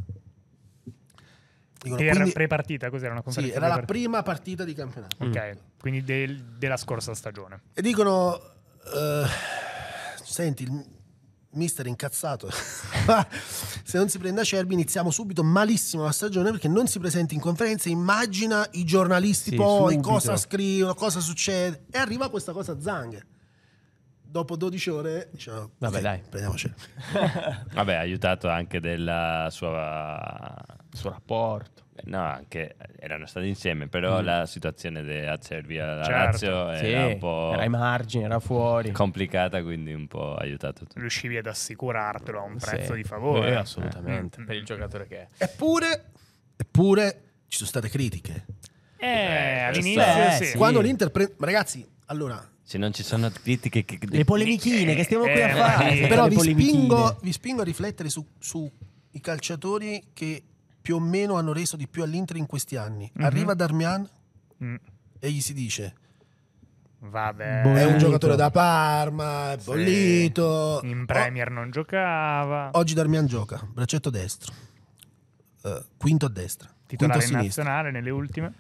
Dicono, pre-partita, cos'era una conferenza? Sì, era la prima partita di campionato. Ok, quindi della scorsa stagione. E dicono, senti, il mister è incazzato, se non si prende Acerbi iniziamo subito malissimo la stagione, perché non si presenta in conferenza, immagina i giornalisti poi subito cosa scrivono, cosa succede, e arriva questa cosa a Zhang. Dopo 12 ore diciamo, vabbè, dai, prendiamoci. Vabbè, ha aiutato anche del suo rapporto. No, anche erano stati insieme, però la situazione di Acerbi alla Lazio sì, era un po' era ai margini, era fuori, complicata, quindi un po' ha aiutato tutto. Riuscivi ad assicurartelo a un prezzo di favore. Assolutamente, per il giocatore che è. Eppure ci sono state critiche. All'inizio sì. Quando l'Inter ragazzi, allora, se non ci sono critiche le polemichine che stiamo qui a fare, però vi spingo a riflettere su i calciatori che più o meno hanno reso di più all'Inter in questi anni. Arriva Darmian e gli si dice vabbè, è un giocatore da Parma, è bollito, in Premier non giocava. Oggi Darmian gioca braccetto destro, quinto a destra, titolare quinto a nazionale nelle ultime.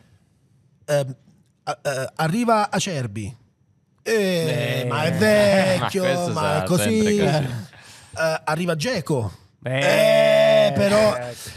Arriva Acerbi, ma è vecchio, ma è così. Arriva Dzeko, però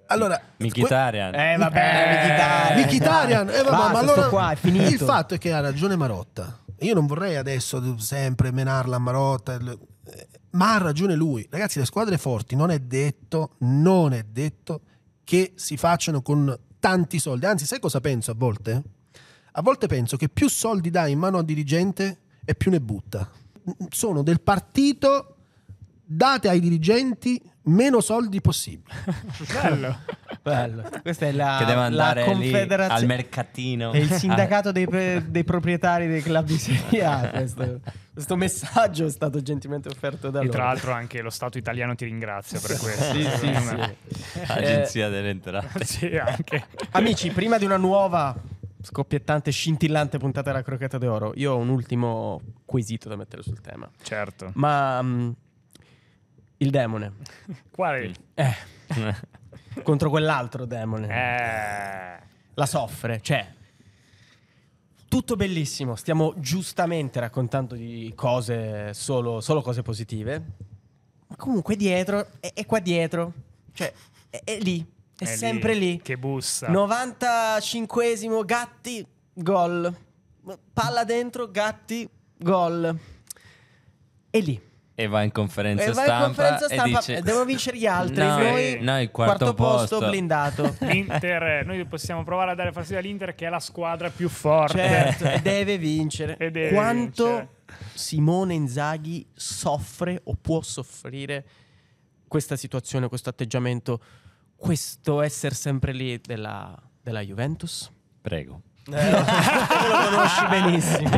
Allora, Mkhitaryan. Vabbè, Mkhitaryan. Basta, Ma allora sto qua, è finito. il fatto è che ha ragione Marotta. Io non vorrei adesso sempre menarla a Marotta, ma ha ragione lui. Ragazzi, le squadre forti non è detto che si facciano con tanti soldi. Anzi, sai cosa penso a volte? A volte penso che più soldi dai in mano al dirigente e più ne butta. Sono del partito, date ai dirigenti meno soldi possibili. Bello. Questa è la, Che deve andare la lì confederazione al mercatino. È il sindacato dei proprietari dei club di Serie A. Questo messaggio è stato gentilmente offerto da E loro. tra l'altro anche lo Stato italiano ti ringrazia per questo. Sì. Agenzia delle entrate. Sì, anche. Amici, prima di una nuova scoppiettante, scintillante puntata della Crocchetta d'Oro, io ho un ultimo quesito da mettere sul tema. Certo. Ma il demone Quale? contro quell'altro demone la soffre, cioè tutto bellissimo, stiamo giustamente raccontando di cose solo cose positive, ma comunque dietro è qua dietro, cioè è lì, è sempre lì. Che bussa. 95esimo, Gatti, gol, palla dentro, Gatti, gol, è lì. E va in conferenza E vai in stampa, conferenza stampa, e dice: devono vincere gli altri. Noi quarto posto. Blindato. L'Inter, noi possiamo provare a dare fastidio all'Inter, che è la squadra più forte. Certo, e deve vincere. E deve Quanto vincere. Simone Inzaghi soffre o può soffrire questa situazione, questo atteggiamento, questo essere sempre lì della Juventus? Prego. Lo conosci benissimo.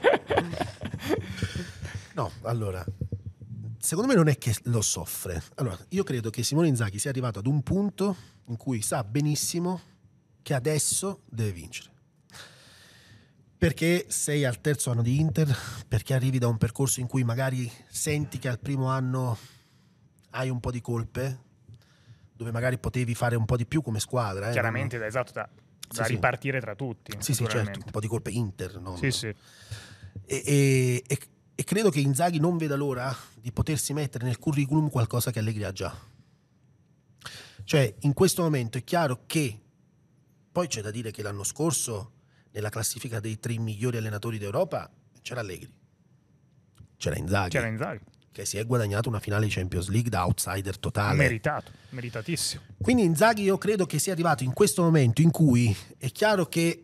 No, allora, secondo me non è che lo soffre. Allora, io credo che Simone Inzaghi sia arrivato ad un punto in cui sa benissimo che adesso deve vincere. Perché sei al terzo anno di Inter, perché arrivi da un percorso in cui magari senti che al primo anno hai un po' di colpe, dove magari potevi fare un po' di più come squadra. Chiaramente, da Sì, sì. ripartire tra tutti. Sì, certo, naturalmente. un po' di colpe Inter. No? Sì. E credo che Inzaghi non veda l'ora di potersi mettere nel curriculum qualcosa che Allegri ha già. Cioè, in questo momento è chiaro che poi c'è da dire che l'anno scorso nella classifica dei 3 migliori allenatori d'Europa c'era Allegri, c'era Inzaghi, che si è guadagnato una finale di Champions League da outsider totale. Meritatissimo. Quindi Inzaghi io credo che sia arrivato in questo momento in cui è chiaro che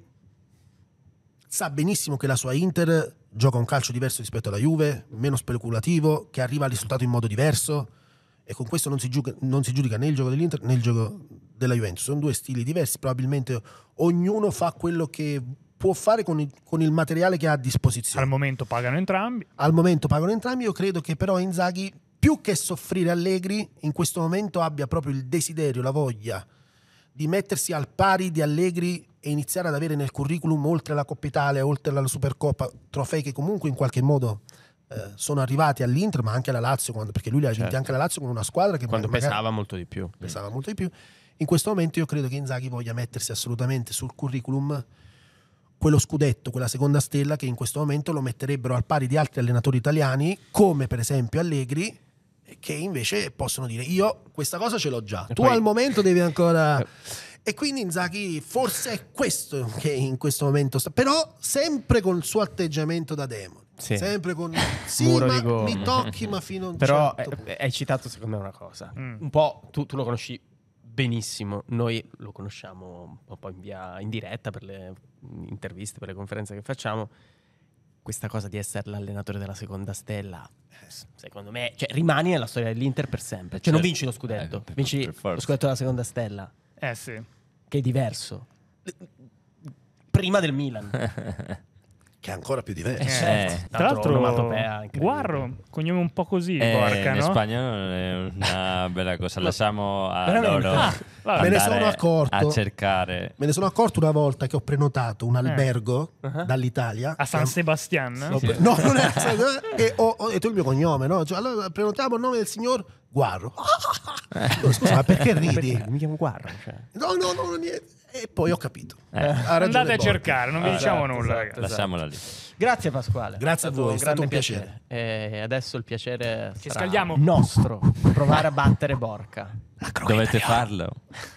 sa benissimo che la sua Inter gioca un calcio diverso rispetto alla Juve, meno speculativo, che arriva al risultato in modo diverso, e con questo non si giudica né il gioco dell'Inter né il gioco della Juventus. Sono due stili diversi, probabilmente ognuno fa quello che può fare con il materiale che ha a disposizione. Al momento pagano entrambi. Io credo che però Inzaghi, più che soffrire Allegri, in questo momento abbia proprio il desiderio, la voglia di mettersi al pari di Allegri e iniziare ad avere nel curriculum, oltre alla Coppa Italia, oltre alla Supercoppa, trofei che comunque in qualche modo sono arrivati all'Inter, ma anche alla Lazio, perché lui li ha vinti anche la Lazio con una squadra che quando pesava molto di più. In questo momento io credo che Inzaghi voglia mettersi assolutamente sul curriculum quello scudetto, quella seconda stella, che in questo momento lo metterebbero al pari di altri allenatori italiani, come per esempio Allegri, che invece possono dire: io questa cosa ce l'ho già, tu al momento devi ancora. E quindi Inzaghi forse è questo che in questo momento sta, però sempre con il suo atteggiamento da demone. Sì. Sempre con Muro ma di gomma. mi tocchi, ma fino a un però certo punto. hai citato secondo me una cosa un po', tu lo conosci benissimo, noi lo conosciamo un po' in diretta per le interviste, per le conferenze che facciamo. Questa cosa di essere l'allenatore della seconda stella, secondo me, cioè, rimani nella storia dell'Inter per sempre, cioè non vinci lo scudetto, vinci lo scudetto della seconda stella, Sì, che è diverso, prima del Milan. Che è ancora più diverso. Tra l'altro Guarro, cognome un po' così, Borca, in no? spagnolo è una bella cosa. Lasciamo a veramente? loro Me ne sono accorto a cercare. Me ne sono accorto una volta che ho prenotato un albergo dall'Italia A San Sebastian? No, non è e ho detto il mio cognome, no? Cioè, allora prenotiamo il nome del signor Guarro. Scusa, ma perché ridi? Mi chiamo Guarro, cioè. No, niente. E poi ho capito. Andate a cercare, non vi diciamo nulla, ragazzi. Lasciamola lì. Grazie Pasquale. Grazie a voi, è stato un piacere. E adesso il piacere Ci sarà scaldiamo. nostro provare a battere Borca. Dovete farlo.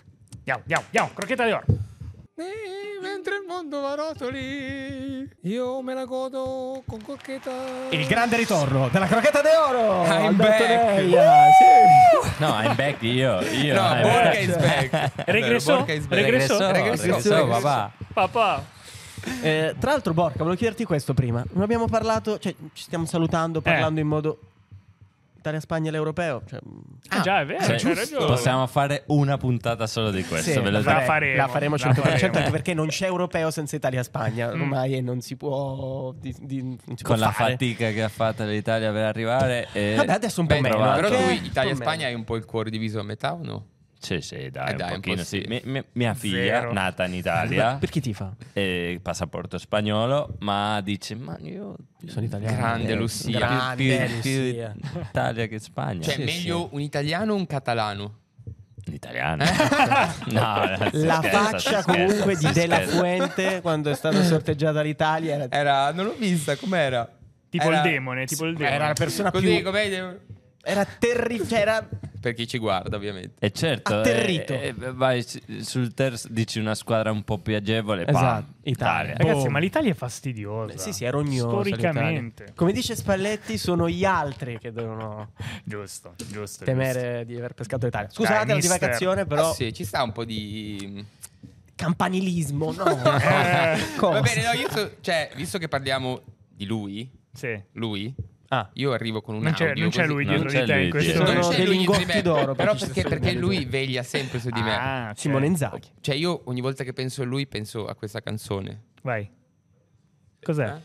Andiamo, crocchetta d'oro. Mentre il mondo va a rotoli, io me la godo con crocchetta. Il grande ritorno della crocchetta d'oro. I'm back. Sì. No, I'm back io. No, I'm Borca back. is back. Regressò? Borca is back. Regressò, papà. Tra l'altro, Borca, volevo chiederti questo prima. Non abbiamo parlato, cioè ci stiamo salutando, parlando in modo Italia-Spagna e l'europeo. Cioè, Già, è vero, Cioè, c'hai ragione. possiamo fare una puntata solo di questo. sì, ve lo la, dico. faremo, la faremo la 100%, faremo. anche perché non c'è europeo senza Italia-Spagna ormai e non si può non si può Con la fare. fatica che ha fatto l'Italia per arrivare. Vabbè, adesso un po' meno, trovato. Però Perché? lui, Un po' Italia-Spagna, meno. è un po' il cuore diviso a metà o no? Sì, dai, dai, un un pochino po' sì. sì. Mia figlia, Zero. nata in Italia, Per chi ti fa? passaporto spagnolo, ma dice, ma io Sono italiano. Grande Lucia. Grande più Lucia. Italia che Spagna. Cioè, Sì, meglio un italiano o un catalano? In italiano. No, La faccia comunque di De La Fuente quando è stata sorteggiata l'Italia era Non l'ho vista, com'era? Tipo il demone, tipo il demone. era la persona Così, più com'è? era terribile, cioè era Per chi ci guarda, ovviamente. E certo, Atterrito. vai sul terzo, dici una squadra un po' più agevole. Esatto, bam, Italia. Ragazzi, Boom. ma l'Italia è fastidiosa. Sì, è rognosa Storicamente. l'Italia. Come dice Spalletti, sono gli altri che devono Giusto. temere di aver pescato l'Italia. Scusate Dai, la mister. divagazione, però Sì, ci sta un po' di... campanilismo, no? Cosa? Va bene, no, cioè, visto che parliamo di lui, Sì. Ah, io arrivo con un Non c'è, audio non c'è così. lui Non dietro c'è di te lui in questo dietro. Sono Non c'è dei lui dietro di lingotti me, d'oro, però per chi perché, sta perché seguendo. lui veglia sempre su di me. Ah, Simone ok. Inzaghi. Cioè io ogni volta che penso a lui penso a questa canzone. Vai. Cos'è? Eh?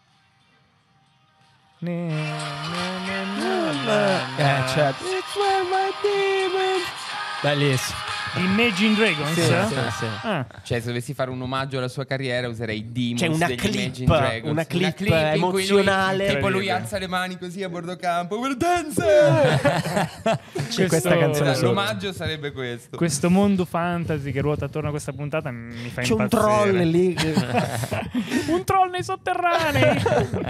certo. Bellissimo. Imagine Dragons? Sì, sì, sì. Ah. Cioè se dovessi fare un omaggio alla sua carriera userei i Demons C'è una degli clip, Imagine Dragons. una clip in cui lui- emozionale. tipo lui Incredibile. alza le mani così a bordo campo. We'll dance! C'è questa canzone solo. L'omaggio sarebbe questo. Questo mondo fantasy che ruota attorno a questa puntata mi fa C'è un impazzire. troll lì. Un troll nei sotterranei.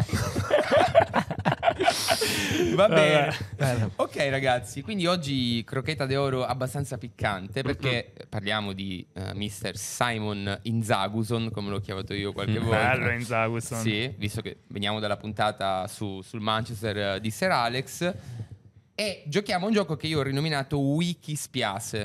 Va bene. Ok ragazzi, quindi oggi crocchetta d'oro abbastanza piccante perché parliamo di Mr. Simon Inzaguson, come l'ho chiamato io qualche volta. Bello Inzaguson. Sì, visto che veniamo dalla puntata sul Manchester di Sir Alex. E giochiamo a un gioco che io ho rinominato Wiki Spiace.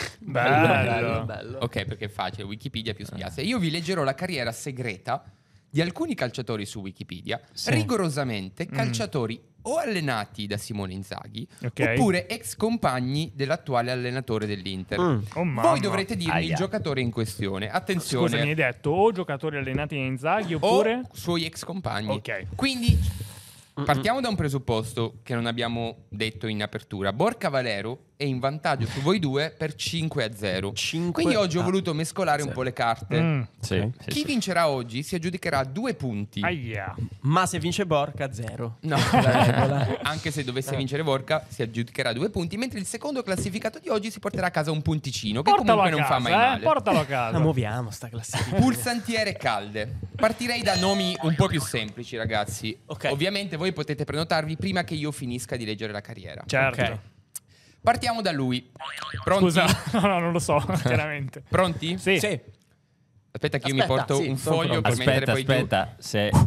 Bello. Ok, perché è facile, Wikipedia più Spiace. Io vi leggerò la carriera segreta di alcuni calciatori su Wikipedia, rigorosamente calciatori o allenati da Simone Inzaghi, Ok. oppure ex compagni dell'attuale allenatore dell'Inter. Oh, mamma. Voi dovrete dirmi il Aia. giocatore in questione. Attenzione. Scusa, mi hai detto o giocatori allenati da Inzaghi o oppure... suoi ex compagni. Ok. Quindi partiamo da un presupposto che non abbiamo detto in apertura. Borca Valero è in vantaggio su voi due per 5-0. 5 Quindi oggi ho a voluto mescolare un po' le carte. Sì, Chi vincerà oggi si aggiudicherà 2 punti. Aia. Ma se vince Borca, 0. No, anche se dovesse vincere Borca si aggiudicherà 2 punti, mentre il secondo classificato di oggi si porterà a casa un punticino, che Portalo comunque a non fa casa, mai male. portalo a casa. La muoviamo sta classifica. Pulsantiere calde. Partirei da nomi un po' più semplici, ragazzi. Ok. Ovviamente voi potete prenotarvi prima che io finisca di leggere la carriera. Certo. Ok. Partiamo da lui. Pronti? Scusa, no, non lo so, chiaramente. Pronti? Sì. Aspetta che io Aspetta, mi porto sì, un sono foglio pronto. per mettere Aspetta, poi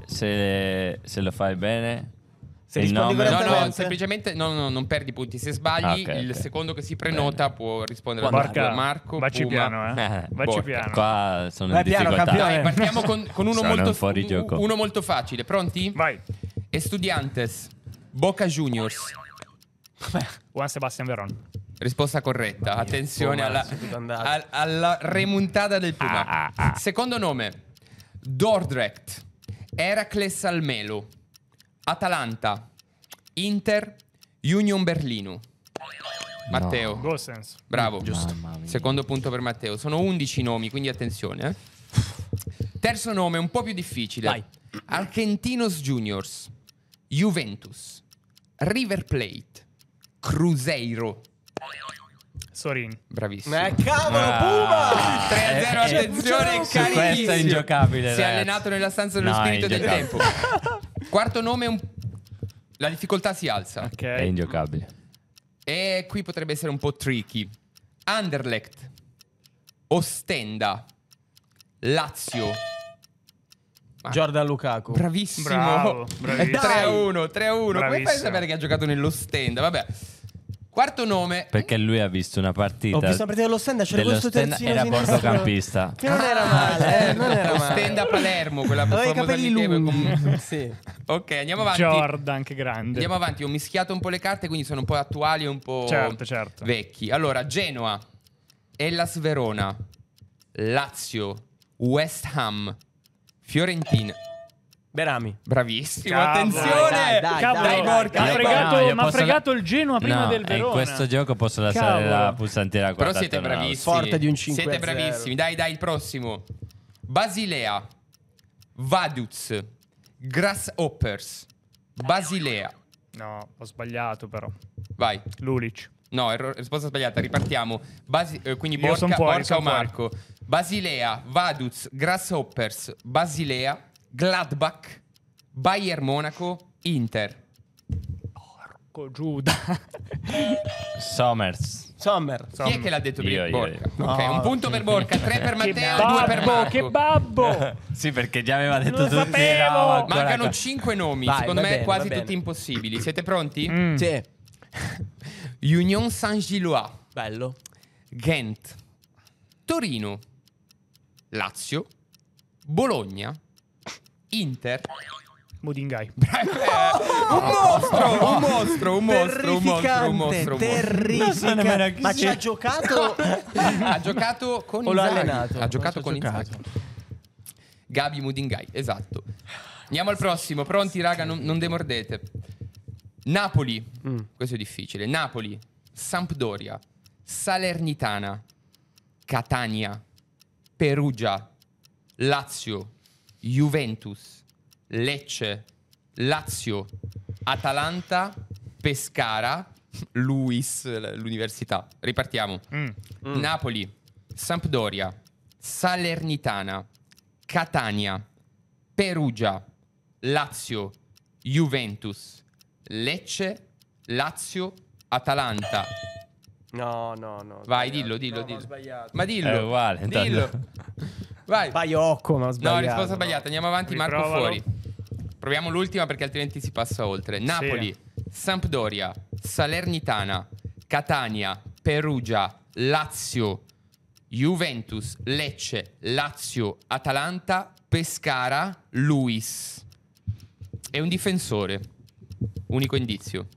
se lo fai bene. Se il rispondi nome- giù. No, correttamente- semplicemente non perdi punti. Se sbagli, Ah, ok, il ok. secondo che si prenota può rispondere a Borca, Marco, vacci Puma. piano, Vacci Borca. piano. Qua sono Vai in piano, difficoltà. campione. Dai, partiamo con uno Sono molto, fuori gioco. uno molto facile. Pronti? Vai. Estudiantes, Boca Juniors. Juan Sebastian Veron. Risposta corretta. Attenzione Puma, alla, subito andato. alla remontata del Puma. Secondo nome: Dordrecht, Heracles Almelo, Atalanta, Inter, Union Berlino. Matteo, Gossens. bravo. Mamma mia. Secondo punto per Matteo. Sono 11 nomi, quindi attenzione. Terzo nome, un po' più difficile. Vai. Argentinos Juniors, Juventus, River Plate, Cruzeiro. Sorin. Bravissimo. Cavolo, Puma! 3-0, attenzione, Su questo è carichissimo. ingiocabile, Si è ragazzi. allenato nella stanza dello No, è spirito del tempo. ingiocabile. Quarto nome, la difficoltà si alza. Ok. È ingiocabile. E qui potrebbe essere un po' tricky. Anderlecht, Ostenda, Lazio. Jordan Lukaku. Bravissimo. Bravo, È bravissimo. 3-1, 3-1. Come fai a Bravissimo. sapere che ha giocato nell'Ostenda? Vabbè. Quarto nome. Perché lui ha visto una partita. Ho visto una partita dello Stenda, c'era questo dell'Ostenda, terzino era sinistro. bordocampista. Che non era male, non era male. Ostenda Palermo, quella Aveva i famosa capelli amichevole lunghi. Sì. Ok, andiamo avanti. Jordan, che grande. Andiamo avanti, ho mischiato un po' le carte, quindi sono un po' attuali e un po' Certo. vecchi. Allora, Genoa, Hellas Verona, Lazio, West Ham, Fiorentina. Berami. Bravissimo, Cavolo. attenzione! Dai, Cavolo, dai, Borca. ha fregato, io m'ha posso fregato il Genoa prima No, del Verona. in questo gioco posso lasciare Cavolo. la pulsantiera Però guardata siete no, no. bravissimi. Forte di un 5-0. Siete bravissimi. Dai, il prossimo. Basilea, Vaduz, Grasshoppers, Basilea. No, ho sbagliato però. Vai. Lulic. No, risposta sbagliata, ripartiamo. Quindi Io son fuori, Borca o son fuori. Marco. Basilea, Vaduz, Grasshoppers, Basilea, Gladbach, Bayern Monaco, Inter. Giuda. Sommers. Sommer. Chi è che l'ha detto prima? Io. Borca. No, Ok, un punto per Borca, 3 per Che Matteo, 2 per babbo, Marco. che babbo. Sì, perché già aveva detto Non lo tutti. sapevo! no, ancora Mancano qua. 5 nomi, Vai, secondo va me bene, quasi va bene. tutti impossibili. Siete pronti? Sì. Union Saint-Gilloise, Bello. Ghent, Torino, Lazio, Bologna, Inter. Mudingai. Un mostro. Terrificante. Ma ci ha giocato Ha giocato con o l'ha Inzaghi. allenato? Ha giocato Non con so giocato. Inzaghi. Gabi Mudingai, esatto. Andiamo al prossimo. Pronti, raga? Non demordete. Napoli. Questo è difficile. Napoli, Sampdoria, Salernitana, Catania, Perugia, Lazio, Juventus, Lecce, Lazio, Atalanta, Pescara, Luis, l'università. Ripartiamo. Napoli, Sampdoria, Salernitana, Catania, Perugia, Lazio, Juventus, Lecce, Lazio, Atalanta. No. Vai, sbagliato. dillo. No, ho sbagliato. Ma dillo. È uguale, intanto. Dillo. Vai. Baiocco, ma ho No, sbagliato. risposta sbagliata. Andiamo avanti, Marco Riprovalo. fuori. Proviamo l'ultima perché altrimenti si passa oltre. Napoli, Sampdoria, Salernitana, Catania, Perugia, Lazio, Juventus, Lecce, Lazio, Atalanta, Pescara, Luis. È un difensore. Unico indizio.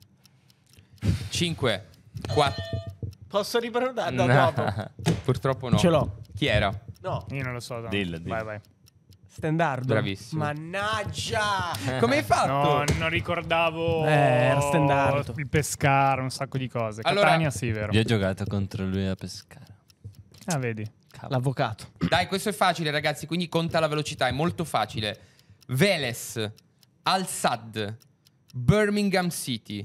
5, 4. Posso riprovare No. dopo? Purtroppo no. Ce l'ho. Chi era? No. Io non lo so. no. Dillo. Vai. Stendardo. Bravissimo. Mannaggia. Come hai fatto? No, non ricordavo era Stendardo. il Pescara, un sacco di cose. Allora- Catania sì, vero. Io ho giocato contro lui a Pescara. Ah, vedi. L'avvocato. Dai, questo è facile, ragazzi, quindi conta la velocità, è molto facile. Vélez, Al Sadd, Birmingham City,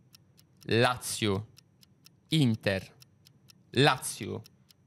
Lazio, Inter, Lazio.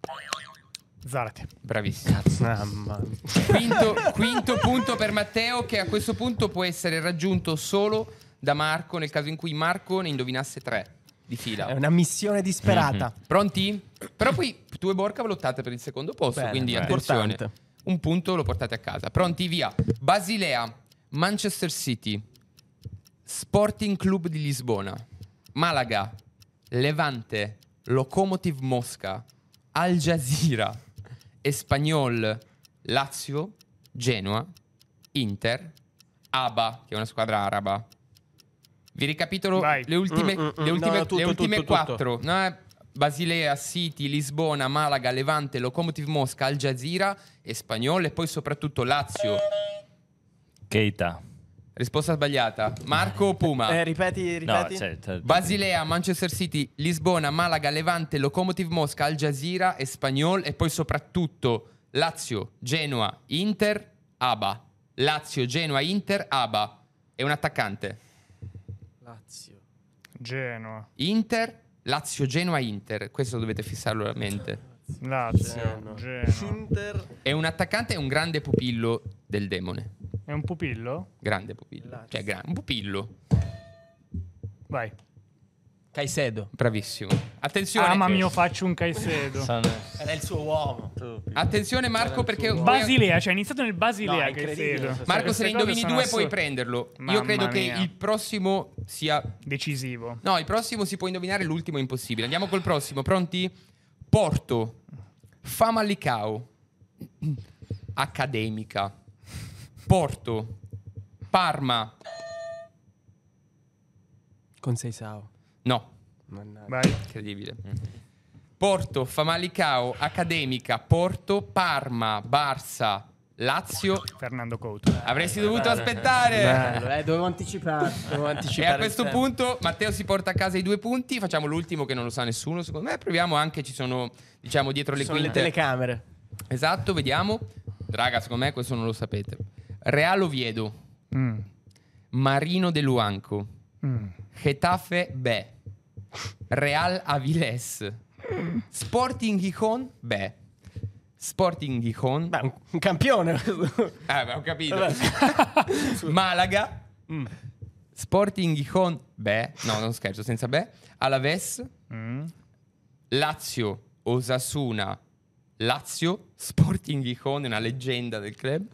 Zarate. Bravissimo. Mamma mia. Quinto punto per Matteo, che a questo punto può essere raggiunto solo da Marco, nel caso in cui Marco ne indovinasse 3 di fila. È una missione disperata. Pronti? Però poi tu e Borca lottate per il secondo posto, Bene, quindi bene. attenzione. Importante. Un punto lo portate a casa. Pronti? Via. Basilea, Manchester City, Sporting Club di Lisbona, Malaga, Levante, Lokomotiv Mosca, Al Jazeera, Espanyol, Lazio, Genoa, Inter, ABA, che è una squadra araba. Vi ricapitolo Vai. le ultime, No, tutto. 4. No, Basilea, City, Lisbona, Malaga, Levante, Lokomotiv Mosca, Al Jazeera, Espanyol e poi soprattutto Lazio. Keita. Risposta sbagliata. Marco o Puma? Ripeti. No, Basilea, Manchester City, Lisbona, Malaga, Levante, Lokomotiv Mosca, Al Jazeera, Espanyol e poi soprattutto Lazio, Genoa, Inter, ABA. Lazio, Genoa, Inter, ABA. È un attaccante. Lazio. Genoa. Inter, Lazio, Genoa, Inter. Questo dovete fissarlo alla mente. Lazio. Genoa. Inter. È un attaccante e un grande pupillo del demone. È un pupillo? Grande pupillo. Cioè, un pupillo. Vai. Caicedo. Bravissimo. Attenzione. Ah, ma mio faccio un Caicedo. Era il suo uomo. Attenzione Marco perché Basilea, cioè è iniziato nel Basilea No, Caicedo. incredibile. Marco, se ne indovini sono 2 assurde. puoi prenderlo. Io Mamma credo che mia. il prossimo sia... Decisivo. No, il prossimo si può indovinare, l'ultimo è impossibile. Andiamo col prossimo, pronti? Porto, Famalicão, Accademica, Porto, Parma. Con Seisao. No, Mannaggia. Vai. incredibile. Porto, Famalicão, Accademica, Porto, Parma, Barça, Lazio. Fernando Couto. Avresti dovuto aspettare. Bello, dovevo anticipare. E a questo punto Matteo si porta a casa i 2 punti. Facciamo l'ultimo che non lo sa nessuno. Secondo me proviamo anche. Ci sono, diciamo, dietro le sono le quinte. telecamere. Esatto, vediamo. Raga, secondo me questo non lo sapete. Real Oviedo, Mm. Marino de Luanco, Mm. Getafe B, Real Avilés, Sporting Gijón B, Sporting Gijón. Beh, un campione. Beh, ho capito. Malaga, Sporting Gijón B, no, non scherzo, senza B, Alaves, Mm. Lazio, Osasuna, Lazio, Sporting Gijón, una leggenda del club,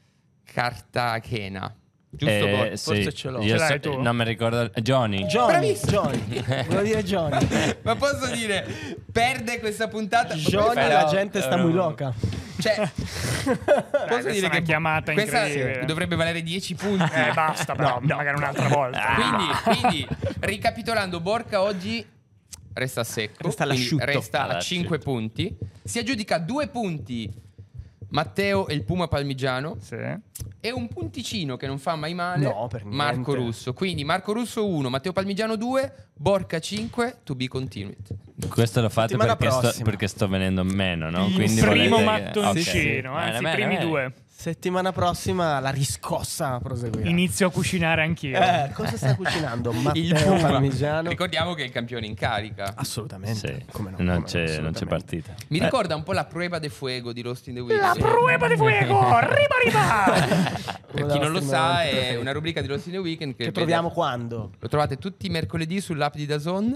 Cartagena. Giusto, Bob? Forse ce l'ho. Io Ce l'hai tu? non mi ricordo. Johnny. Johnny. Volevo dire Johnny. Ma posso dire, perde questa puntata. Johnny, Però- la gente sta muy loca. Cioè, posso questa dire è che una chiamata questa incredibile. dovrebbe valere 10 punti. Basta, però, magari un'altra volta. Quindi, ricapitolando, Borca oggi resta a secco. Resta quindi all'asciutto. resta a All'asciutto. 5 punti. Si aggiudica 2 punti Matteo e il Puma Palmigiano. Sì. E un punticino che non fa mai male, No, per niente. Marco Russo. Quindi Marco Russo 1, Matteo Palmigiano 2, Borca 5, to be continued. Questo lo fate Settimana perché prossima. sto venendo meno, no? Il Quindi primo volete che- mattoncino, Ok. anzi, i Bene, primi bene. 2. Settimana prossima la riscossa proseguirà. Inizio a cucinare anch'io. Cosa sta cucinando? Il Matteo Puma. Parmigiano. Ricordiamo che è il campione in carica. Assolutamente. Sì, Come no, non, come no, c'è, non c'è assolutamente. partita. Mi ricorda un po' la prueba de fuego di Lost in the Weekend. La prueba di fuego! Riba! Per chi non lo sa, è una rubrica di Lost in the Weekend Che troviamo quando? Lo trovate tutti i mercoledì sull'app di DAZN.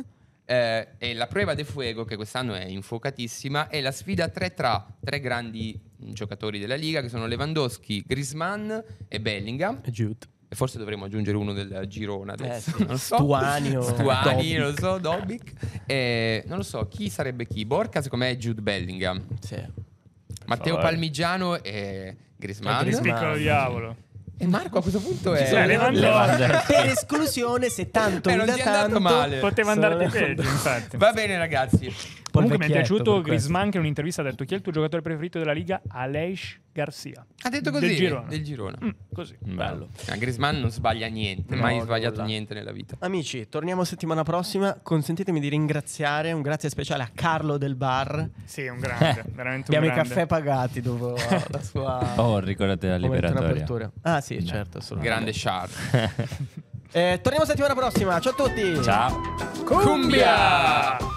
E la prueba de fuego, che quest'anno è infuocatissima, è la sfida 3 tra 3 grandi giocatori della Liga, che sono Lewandowski, Griezmann e Bellingham. E Jude. E forse dovremmo aggiungere uno del Girona adesso. Sì. Non lo so. Stuani o Stuani, Dobbik. non lo so, Dobbik. Non lo so, chi sarebbe chi? Borca secondo me è Jude Bellingham. Sì. Matteo favore. Palmigiano e Griezmann. Griezmann. Piccolo diavolo. E Marco a questo punto è... Lewandowski. Per esclusione, se tanto non mi dà ti è andato tanto, male. Poteva sono andarti Lewandowski. peggio, infatti. Va bene ragazzi. Comunque mi è vecchietto piaciuto per questo. Griezmann che in un'intervista ha detto: chi è il tuo giocatore preferito della Liga? Aleix Garcia. Ha detto così. Del Girona. Così. Bello. Griezmann non sbaglia niente, No, mai sbagliato nulla. niente nella vita. Amici, torniamo settimana prossima. Consentitemi di ringraziare, un grazie speciale a Carlo del bar. Sì, un grande, veramente un Abbiamo i grande. caffè pagati dopo la sua Oh, ricordate la momento in liberatoria. apertura. Ah sì, certo, assolutamente. Grande Charles. Torniamo settimana prossima. Ciao a tutti. Ciao. Cumbia!